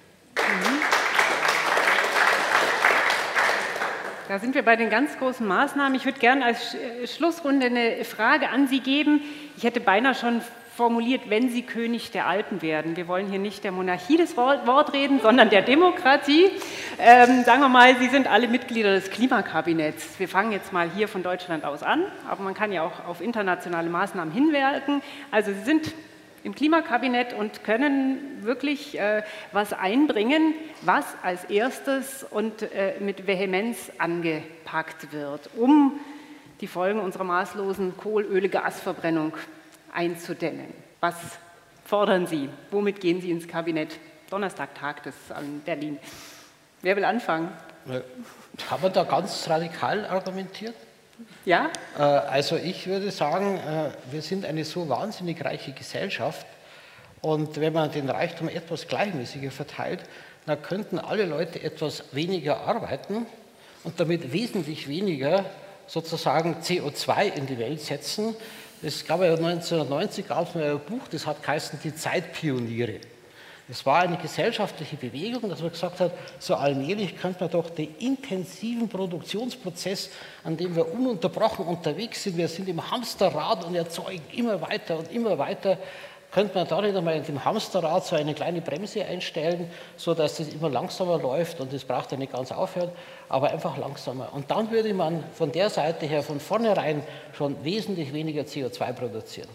Da sind wir bei den ganz großen Maßnahmen. Ich würde gerne als Schlussrunde eine Frage an Sie geben. Ich hätte beinahe schon formuliert, wenn Sie König der Alpen werden. Wir wollen hier nicht der Monarchie das Wort reden, sondern der Demokratie. Sagen wir mal, Sie sind alle Mitglieder des Klimakabinetts. Wir fangen jetzt mal hier von Deutschland aus an, aber man kann ja auch auf internationale Maßnahmen hinwirken. Also Sie sind im Klimakabinett und können wirklich was einbringen, was als erstes und mit Vehemenz angepackt wird, um die Folgen unserer maßlosen Kohl-, Öl-, Gasverbrennung einzudämmen. Was fordern Sie? Womit gehen Sie ins Kabinett? Donnerstag tagt es in Berlin. Wer will anfangen? Kann man da ganz radikal argumentieren? Ja? Also ich würde sagen, wir sind eine so wahnsinnig reiche Gesellschaft und wenn man den Reichtum etwas gleichmäßiger verteilt, dann könnten alle Leute etwas weniger arbeiten und damit wesentlich weniger sozusagen CO2 in die Welt setzen. Es gab ja 1990 gab es mal ein Buch, das hat geheißen Die Zeitpioniere. Es war eine gesellschaftliche Bewegung, dass man gesagt hat, so allmählich könnte man doch den intensiven Produktionsprozess, an dem wir ununterbrochen unterwegs sind, wir sind im Hamsterrad und erzeugen immer weiter, könnte man da nicht einmal in dem Hamsterrad so eine kleine Bremse einstellen, sodass das immer langsamer läuft und das braucht ja nicht ganz aufhören, aber einfach langsamer. Und dann würde man von der Seite her von vornherein schon wesentlich weniger CO2 produzieren.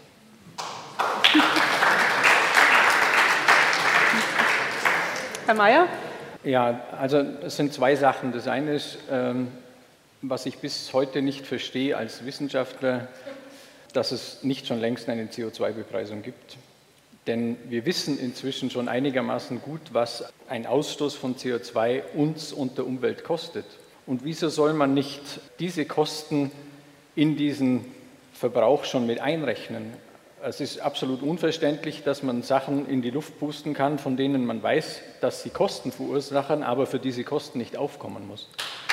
Herr Mayer? Ja, also es sind zwei Sachen. Das eine ist, was ich bis heute nicht verstehe als Wissenschaftler, dass es nicht schon längst eine CO2-Bepreisung gibt. Denn wir wissen inzwischen schon einigermaßen gut, was ein Ausstoß von CO2 uns und der Umwelt kostet. Und wieso soll man nicht diese Kosten in diesen Verbrauch schon mit einrechnen? Es ist absolut unverständlich, dass man Sachen in die Luft pusten kann, von denen man weiß, dass sie Kosten verursachen, aber für diese Kosten nicht aufkommen muss.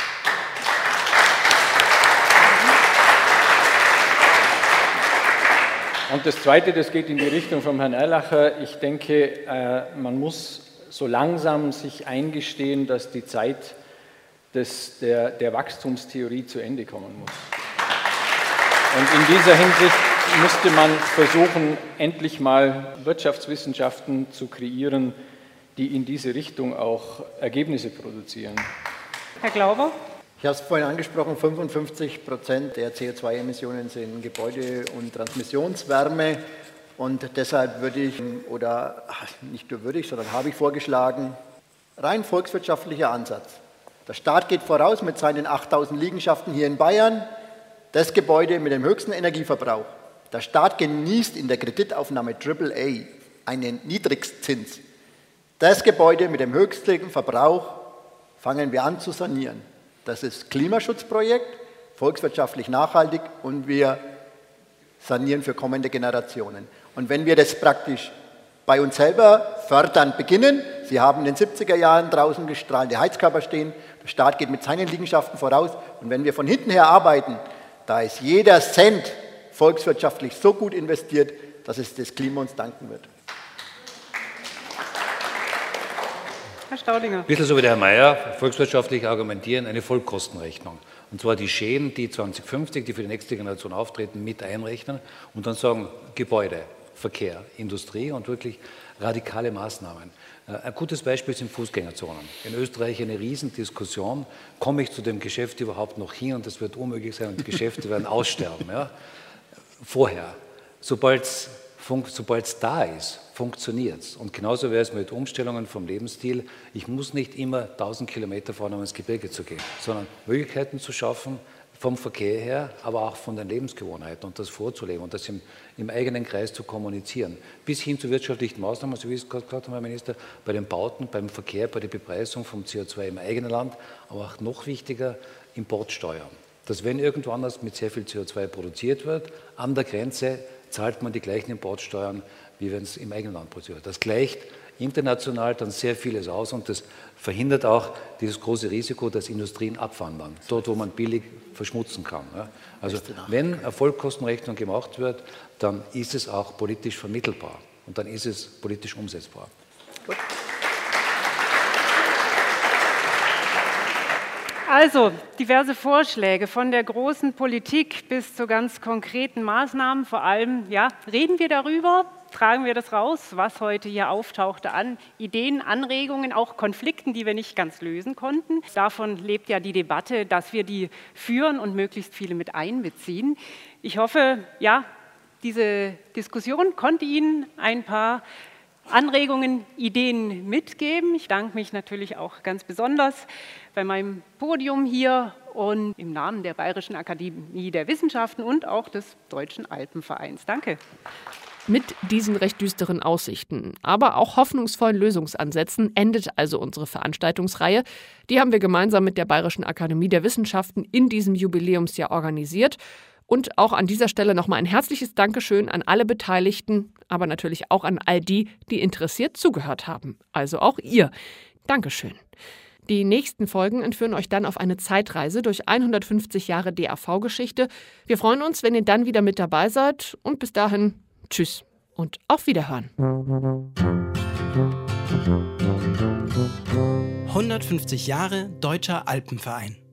Und das Zweite, das geht in die Richtung von Herrn Erlacher. Ich denke, man muss so langsam sich eingestehen, dass die Zeit der Wachstumstheorie zu Ende kommen muss. Und in dieser Hinsicht müsste man versuchen, endlich mal Wirtschaftswissenschaften zu kreieren, die in diese Richtung auch Ergebnisse produzieren. Herr Glauber? Ich habe es vorhin angesprochen, 55% der CO2-Emissionen sind Gebäude- und Transmissionswärme. Und deshalb würde ich, oder nicht nur würde ich, sondern habe ich vorgeschlagen, rein volkswirtschaftlicher Ansatz. Der Staat geht voraus mit seinen 8000 Liegenschaften hier in Bayern, das Gebäude mit dem höchsten Energieverbrauch. Der Staat genießt in der Kreditaufnahme AAA einen Niedrigzins. Das Gebäude mit dem höchsten Verbrauch fangen wir an zu sanieren. Das ist Klimaschutzprojekt, volkswirtschaftlich nachhaltig und wir sanieren für kommende Generationen. Und wenn wir das praktisch bei uns selber fördern beginnen, Sie haben in den 70er Jahren draußen strahlende Heizkörper stehen, der Staat geht mit seinen Liegenschaften voraus und wenn wir von hinten her arbeiten, da ist jeder Cent volkswirtschaftlich so gut investiert, dass es das Klima uns danken wird. Herr Staudinger. Ein bisschen so wie der Herr Mayer, volkswirtschaftlich argumentieren, eine Vollkostenrechnung. Und zwar die Schäden, die 2050, die für die nächste Generation auftreten, mit einrechnen und dann sagen, Gebäude, Verkehr, Industrie und wirklich radikale Maßnahmen. Ein gutes Beispiel sind Fußgängerzonen. In Österreich eine Riesendiskussion, komme ich zu dem Geschäft überhaupt noch hin und das wird unmöglich sein und die Geschäfte werden aussterben. Ja? Vorher, sobald es da ist, funktioniert es. Und genauso wäre es mit Umstellungen vom Lebensstil. Ich muss nicht immer 1000 Kilometer fahren, um ins Gebirge zu gehen, sondern Möglichkeiten zu schaffen, vom Verkehr her, aber auch von den Lebensgewohnheiten und das vorzuleben und das im eigenen Kreis zu kommunizieren. Bis hin zu wirtschaftlichen Maßnahmen, so wie es gerade gesagt haben, Herr Minister, bei den Bauten, beim Verkehr, bei der Bepreisung vom CO2 im eigenen Land, aber auch noch wichtiger, Importsteuer. Dass wenn irgendwo anders mit sehr viel CO2 produziert wird, an der Grenze zahlt man die gleichen Importsteuern, wie wenn es im eigenen Land produziert wird. Das gleicht international dann sehr vieles aus und das verhindert auch dieses große Risiko, dass Industrien abwandern, dort wo man billig verschmutzen kann. Also wenn eine Vollkostenrechnung gemacht wird, dann ist es auch politisch vermittelbar und dann ist es politisch umsetzbar. Gut. Also diverse Vorschläge von der großen Politik bis zu ganz konkreten Maßnahmen. Vor allem, ja, reden wir darüber, tragen wir das raus, was heute hier auftauchte an Ideen, Anregungen, auch Konflikten, die wir nicht ganz lösen konnten. Davon lebt ja die Debatte, dass wir die führen und möglichst viele mit einbeziehen. Ich hoffe, ja, diese Diskussion konnte Ihnen ein paar Anregungen, Ideen mitgeben. Ich danke mich natürlich auch ganz besonders bei meinem Podium hier und im Namen der Bayerischen Akademie der Wissenschaften und auch des Deutschen Alpenvereins. Danke. Mit diesen recht düsteren Aussichten, aber auch hoffnungsvollen Lösungsansätzen endet also unsere Veranstaltungsreihe. Die haben wir gemeinsam mit der Bayerischen Akademie der Wissenschaften in diesem Jubiläumsjahr organisiert. Und auch an dieser Stelle nochmal ein herzliches Dankeschön an alle Beteiligten, aber natürlich auch an all die, die interessiert zugehört haben. Also auch ihr. Dankeschön. Die nächsten Folgen entführen euch dann auf eine Zeitreise durch 150 Jahre DAV-Geschichte. Wir freuen uns, wenn ihr dann wieder mit dabei seid. Und bis dahin, tschüss und auf Wiederhören. 150 Jahre Deutscher Alpenverein.